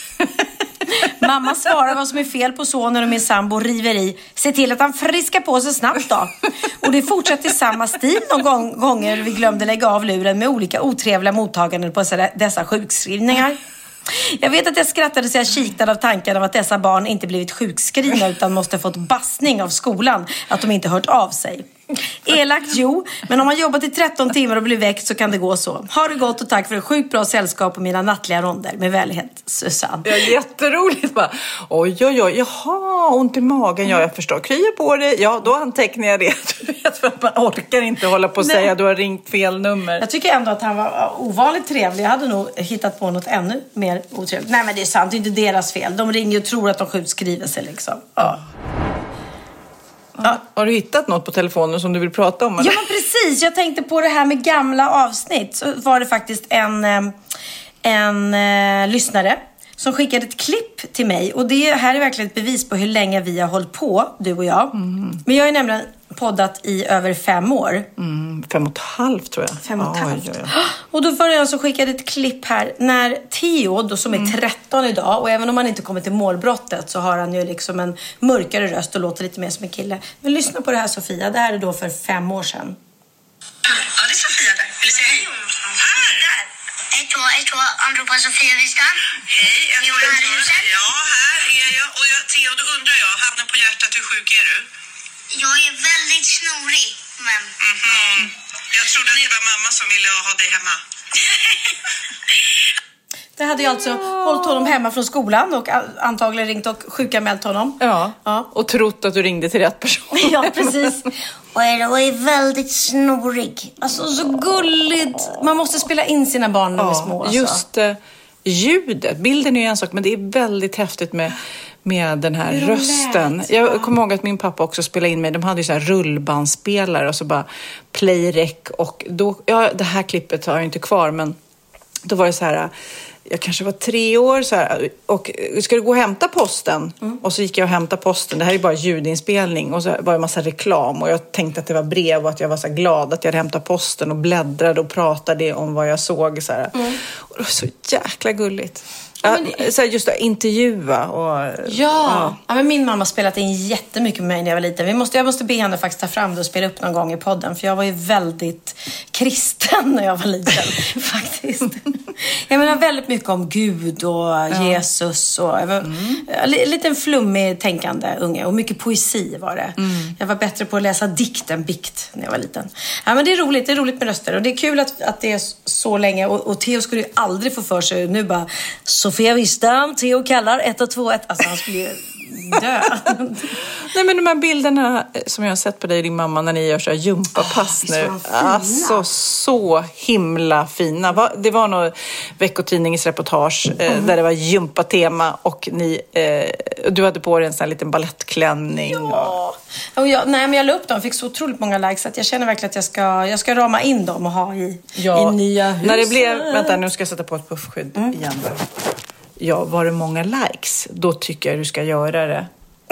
Mamma svarar vad som är fel på sonen och min sambo river i: se till att han friskar på sig snabbt då. Och det fortsatte i samma stil någon gång, gånger vi glömde lägga av luren med olika otrevliga mottaganden på dessa sjukskrivningar. Jag vet att jag skrattade så jag kikade av tanken av att dessa barn inte blivit sjukskrivna utan måste fått bassning av skolan att de inte hört av sig. Elakt, jo, men om man jobbat i tretton timmar och blir väckt så kan det gå så. Ha det gott och tack för ett sjukt bra sällskap på mina nattliga ronder. Med vänlighet, Susanne. Ja, jätteroligt. Bara, oj, oj, oj, jaha, ont i magen, ja, jag förstår. Kryar på det, ja, då antecknar jag det. Du vet, för att man orkar inte hålla på och Nej. säga du har ringt fel nummer. Jag tycker ändå att han var ovanligt trevlig. Jag hade nog hittat på något ännu mer otrevligt. Nej, men det är sant, det är inte deras fel. De ringer och tror att de sjukskriver sig liksom. Ja. Ja. Har du hittat något på telefonen som du vill prata om? Eller? Ja, men precis. Jag tänkte på det här med gamla avsnitt. Så var det faktiskt en, en, en uh, lyssnare som skickade ett klipp till mig. Och det här är verkligen ett bevis på hur länge vi har hållit på, du och jag. Mm. Men jag har nämligen poddat i över fem år. Mm, fem och ett halvt tror jag. Fem och ett halvt. Oj, oj, oj. Och då var det en som skickade ett klipp här. När Theo, då, som är tretton mm. idag. Och även om han inte kommer till målbrottet så har han ju liksom en mörkare röst och låter lite mer som en kille. Men lyssna på det här, Sofia. Det här är då för fem år sedan. Ja, det är Sofia där. Vill du säga hej? Här! Där! Ett år, ett år. Anropar Sofia Wistam. Hej, ett år, ett år. Ja, här är jag. Och jag, Theo, då undrar jag, handen på hjärtat, hur sjuk är du? Jag är väldigt snorig, men... Mm-hmm. Jag trodde att det var mamma som ville ha dig hemma. Det hade jag alltså hållit honom hemma från skolan och antagligen ringt och sjukanmält honom. Ja, ja, och trott att du ringde till rätt person. Ja, precis. Och jag är väldigt snorig. Alltså, så gulligt. Man måste spela in sina barn när de ja, är små. Alltså. Just uh, ljudet. Bilden är ju en sak, men det är väldigt häftigt med... med den här rösten. Jag kommer ihåg att min pappa också spelade in mig. De hade ju så här rullbandspelare och så bara play rec. Och då, ja, det här klippet har jag inte kvar, men då var det så här, jag kanske var tre år så här, och skulle gå och hämta posten. Mm. Och så gick jag och hämtade posten. Det här är bara ljudinspelning. Och så var det en massa reklam. Och jag tänkte att det var brev och att jag var så här glad att jag hade hämtat posten och bläddrade och pratade om vad jag såg. Så här. Mm. Och det var så jäkla gulligt. Ja, det... så just att intervjua och... Ja. Ja. Ja, men min mamma spelat in jättemycket med mig när jag var liten. Vi måste, jag måste be henne faktiskt ta fram det och spela upp någon gång i podden. För jag var ju väldigt kristen när jag var liten, faktiskt. Jag menar väldigt mycket om Gud och ja. Jesus. Och, jag var, mm. lite en flummig tänkande unge. Och mycket poesi var det. Mm. Jag var bättre på att läsa dikt än bikt när jag var liten. Ja, men det är roligt, det är roligt med röster. Och det är kul att, att det är så länge. Och, och Theo skulle ju aldrig få för sig nu bara... Sofia Wistam, Theo kallar ett och två ett. Alltså han skulle ju dö. Nej, men de här bilderna som jag har sett på dig och din mamma när ni gör så här gympapass oh, nu. Alltså så himla fina. Det var nog veckotidningsreportage mm. eh, där det var gympatema och ni, eh, du hade på dig en sån här liten balettklänning. Ja. Och jag, nej, men jag la upp dem, fick så otroligt många likes att jag känner verkligen att jag ska, jag ska rama in dem och ha i, ja. i nya huset. När det blev, vänta nu ska jag sätta på ett puffskydd mm. igen. Ja, var det många likes? Då tycker jag du ska göra det.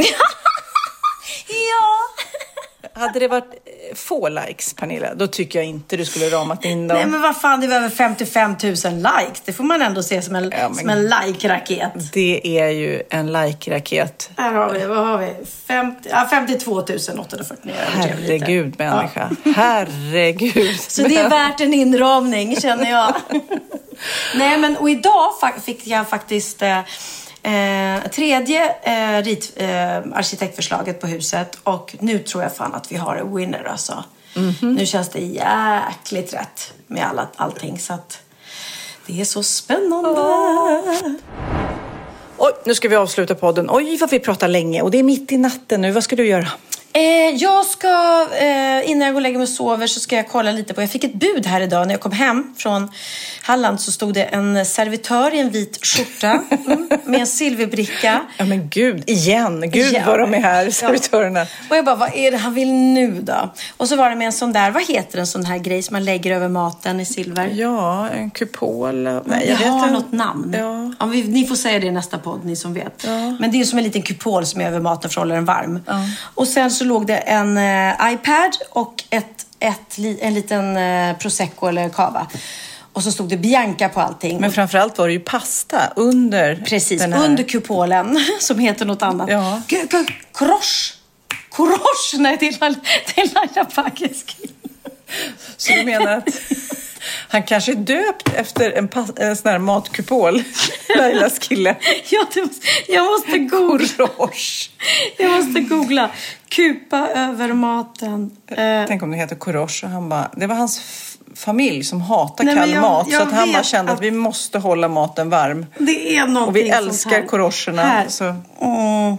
Ja. Hade det varit få likes, Pernilla, då tycker jag inte du skulle ramat in dem. Nej, men vad fan, det var över femtiofem tusen likes. Det får man ändå se som en, ja, som en like-raket. Det är ju en like-raket. Här har vi, vad har vi? femtio, ja, femtiotvå tusen åttahundrafyrtionio. Herregud, människa. Ja. Herregud. Så det är värt en inramning, känner jag. Nej, men och idag fick jag faktiskt... Eh, Eh, tredje eh, rit, eh, arkitektförslaget på huset. Och nu tror jag fan att vi har en winner alltså. Mm-hmm. Nu känns det jäkligt rätt med alla, allting. Så att det är så spännande. Oh. Oj, nu ska vi avsluta podden. Oj, vad vi pratar länge. Och det är mitt i natten nu. Vad ska du göra? Eh, jag ska, eh, innan jag går och lägger mig och sover så ska jag kolla lite på, jag fick ett bud här idag när jag kom hem från Halland, så stod det en servitör i en vit skjorta mm, med en silverbricka. Ja men gud, igen, gud ja. Vad de är här, servitörerna. Ja. Och jag bara, vad är det han vill nu då? Och så var det med en sån där, vad heter en sån här grej som man lägger över maten i silver? Ja, en kupol. Nej, jag, jag vet har en... något namn. Ja. Ja, vi, ni får säga det i nästa podd, ni som vet. Ja. Men det är ju som en liten kupol som är över maten för att hålla den varm. Ja. Och sen så låg det en eh, iPad och ett, ett, en liten eh, prosecco eller cava. Och så stod det Bianca på allting. Men framförallt var det ju pasta under. Precis, den här... under kupolen som heter något annat. Ja. Korosh. Korosh, nej, till Laila Baggeski. Så du menar att han kanske är döpt efter en, pass, en sån här matkupol, Lailas kille? Ja, det måste, jag måste googla. Korosh. Jag måste googla. Kupa över maten. Tänk om det heter Korosh och han bara, det var hans f- familj som hatar Nej, kall jag, mat. Jag så att han bara kände att... att vi måste hålla maten varm. Det är någonting. Och vi älskar koroscherna. Så... Mm.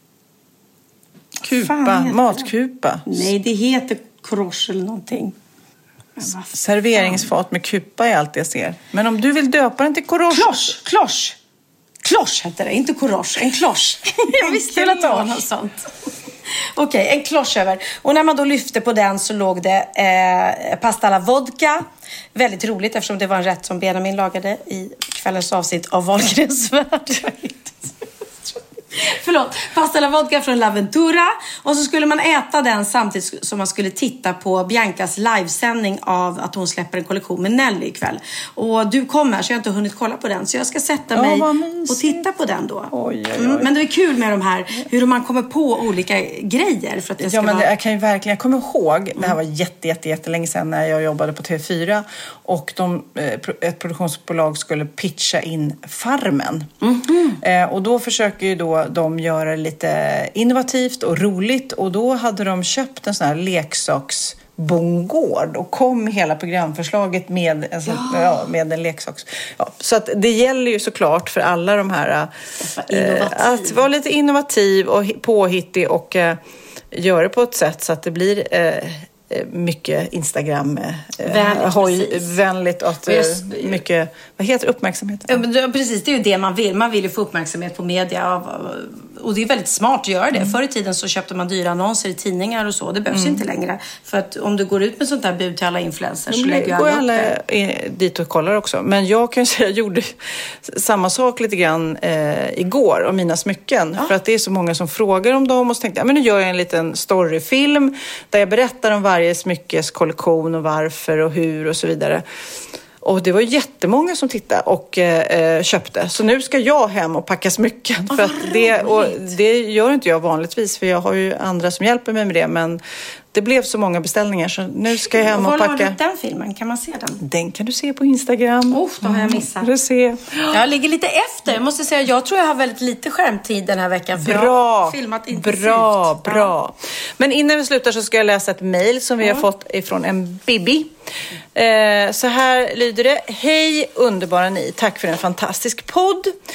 Kupa, matkupa. Nej, det heter korosh eller någonting. Serveringsfat med kupa är allt jag ser. Men om du vill döpa den till korosh. Klosch, klosch. Klosch heter det, inte korosh. En klosch. Jag visste väl att det var något sånt. Okej, okay, en klosch över. Och när man då lyfte på den så låg det eh, pasta alla vodka. Väldigt roligt eftersom det var en rätt som Benjamin lagade i kvällens avsnitt av Wahlgrens värld. Förlåt, pasta alla vodka från L'Aventura. Och så skulle man äta den samtidigt som man skulle titta på Biancas livesändning av att hon släpper en kollektion med Nelly ikväll. Och du kommer så jag har inte hunnit kolla på den. Så jag ska sätta mig oh, och titta på den då. Oj, oj, oj. Mm, men det är kul med de här, hur man kommer på olika grejer. För att det ska ja, men vara... jag kan ju verkligen, jag kommer ihåg, det här var jätte, jätte, jättelänge sedan när jag jobbade på T V fyra. Och de, ett produktionsbolag skulle pitcha in Farmen. Mm-hmm. Eh, och då försöker ju då de göra lite innovativt och roligt. Och då hade de köpt en sån här leksaksbondgård och kom hela programförslaget med en, sån, ja. Ja, med en leksaks... Ja, så att det gäller ju såklart för alla de här eh, att vara lite innovativ och påhittig och eh, göra det på ett sätt så att det blir... Eh, mycket Instagram vänligt, hoj, vänligt och att, just, mycket, vad heter uppmärksamheten? Ja, precis, det är ju det man vill. Man vill ju få uppmärksamhet på media och det är väldigt smart att göra det. Mm. Förr i tiden så köpte man dyra annonser i tidningar och så. Det behövs mm. inte längre. För att om du går ut med sånt här bud till alla influencers så lägger alla, alla upp det. Dit och kollar också. Men jag kan säga, jag gjorde samma sak lite grann eh, igår om mina smycken. Ja. För att det är så många som frågar om dem och så tänkte jag, men nu gör jag en liten storyfilm där jag berättar om varje smyckeskollektion och varför och hur och så vidare. Och det var jättemånga som tittade och eh, köpte. Så nu ska jag hem och packa smycken. För att det, och det gör inte jag vanligtvis. För jag har ju andra som hjälper mig med det. Men det blev så många beställningar. Så nu ska jag hem och, och packa. Var har du den filmen? Kan man se den? Den kan du se på Instagram. Oh, då har jag missat. Mm, du se. Jag ligger lite efter. Jag måste säga, jag tror jag har väldigt lite skärmtid den här veckan. För bra, jag har filmat intensivt. Bra, bra. Ja. Men innan vi slutar så ska jag läsa ett mejl som vi mm. har fått ifrån en Bibi. Eh, så här lyder det. Hej underbara ni, tack för en fantastisk podd.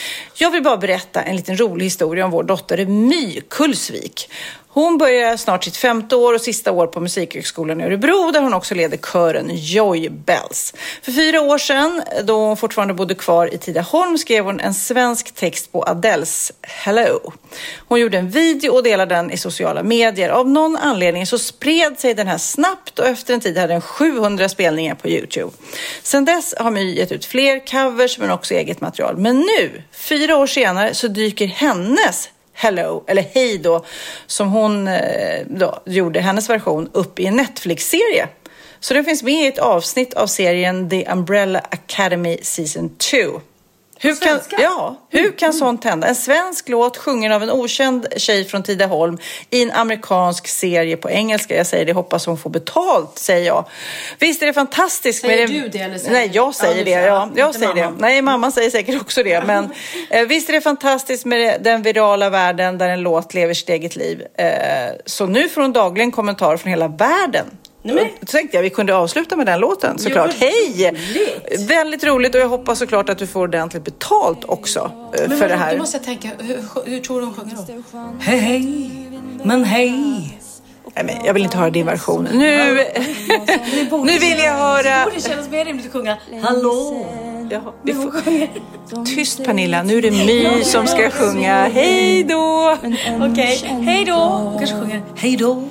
Jag vill bara berätta en liten rolig historia om vår dotter My Kullsvik. Hon börjar snart sitt femte år och sista år på Musikhögskolan i Örebro där hon också leder kören Joy Bells. För fyra år sedan, då hon fortfarande bodde kvar i Tidaholm, skrev hon en svensk text på Adeles Hello. Hon gjorde en video och delade den i sociala medier. Av någon anledning så spred sig den här snabbt och efter en tid hade den sjuhundra spelningar på YouTube. Sen dess har My gett ut fler covers men också eget material. Men nu, fyra år senare, så dyker hennes Hello, eller Hej då, som hon då gjorde, hennes version, upp i en Netflix-serie. Så det finns med i ett avsnitt av serien The Umbrella Academy Season två. Hur kan, ja, hur kan sånt hända? En svensk låt sjungen av en okänd tjej från Tidaholm i en amerikansk serie på engelska. Jag säger det, hoppas hon får betalt, säger jag. Visst är det fantastiskt. Säger med du det eller säger Nej, jag säger ja, det. Ja, jag säger mamma. det. Nej, mamma säger säkert också det. Men eh, visst är det fantastiskt med den virala världen där en låt lever sitt eget liv. Eh, så nu får hon dagligen kommentarer från hela världen. Nej, men. Då tänkte jag vi kunde avsluta med den låten såklart. Jo, hej! Roligt. Väldigt roligt och jag hoppas såklart att du får ordentligt betalt också men, för men, det här. Nu måste jag tänka, hur, hur tror du hon sjunger då? Hej, hej, men hej. Nej, men jag vill inte höra din version. Nu, nu vill jag höra... Det borde kännas mer rimligt att sjunga hallå. Ja, vi får... Tyst Pernilla, nu är det My som ska sjunga hej då. Okej, okay. Hej då. Hon kanske sjunger hej då.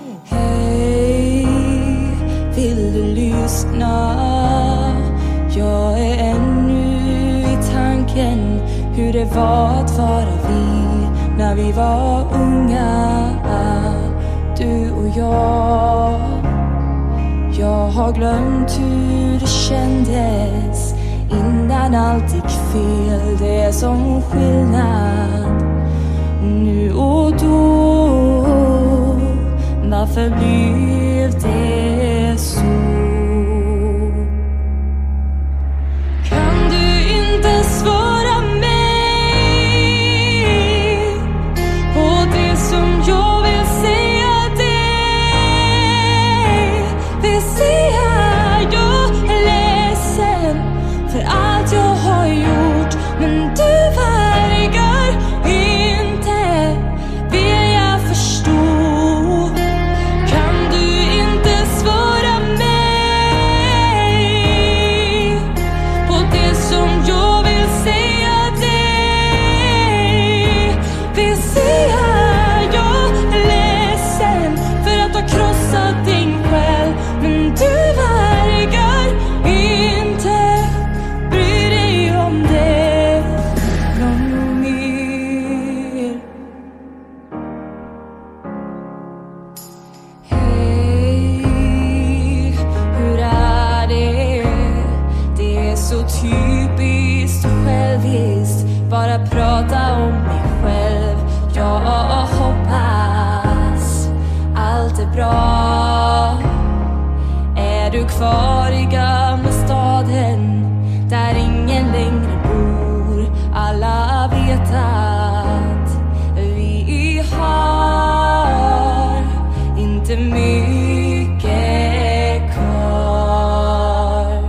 Vill du lyssna? Jag är ännu i tanken hur det var att vara vi när vi var unga, du och jag. Jag har glömt hur det kändes innan allt gick fel. Det är som skillnad nu och då. Varför blev det så? Kan du inte svara mig på det som jag vill säga dig? Vill säga jag är ledsen för allt jag har gjort, men du verkar inte vilja förstå. Bara prata om mig själv. Jag hoppas allt är bra. Är du kvar i gamla staden där ingen längre bor? Alla vet att vi har inte mycket kvar.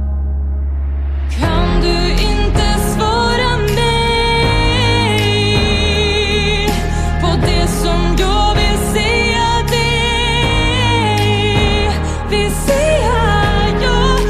Kan du inte svara på det som jag vill säga dig? Vill säga jag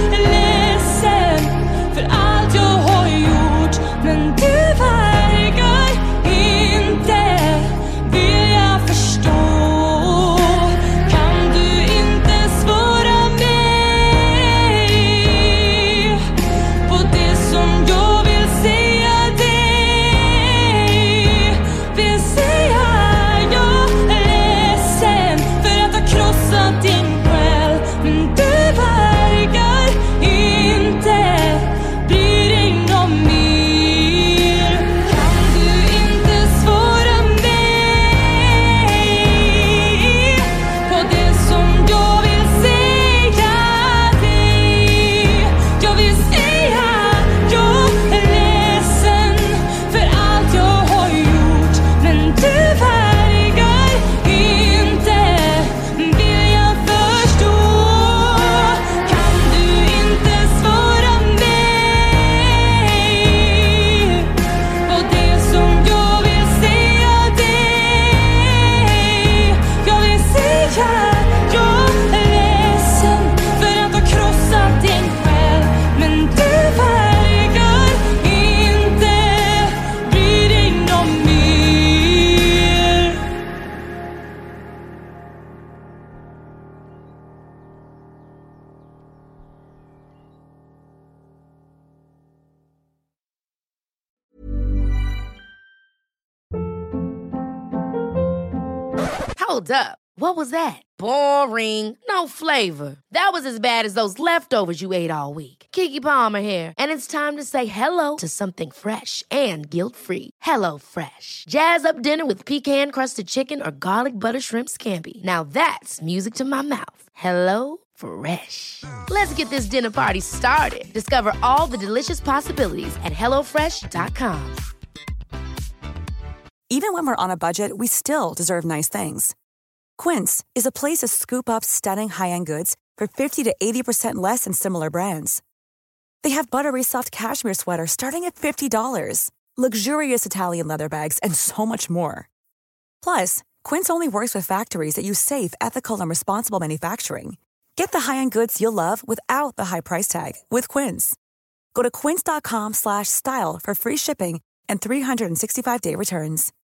Hold up. What was that? Boring. No flavor. That was as bad as those leftovers you ate all week. Keke Palmer here, and it's time to say hello to something fresh and guilt-free. Hello Fresh. Jazz up dinner with pecan-crusted chicken or garlic butter shrimp scampi. Now that's music to my mouth. Hello Fresh. Let's get this dinner party started. Discover all the delicious possibilities at hello fresh dot com. Even when we're on a budget, we still deserve nice things. Quince is a place to scoop up stunning high-end goods for fifty to eighty percent less than similar brands. They have buttery soft cashmere sweaters starting at fifty dollars, luxurious Italian leather bags, and so much more. Plus, Quince only works with factories that use safe, ethical, and responsible manufacturing. Get the high-end goods you'll love without the high price tag with Quince. Go to quince dot com slash style for free shipping and three sixty-five day returns.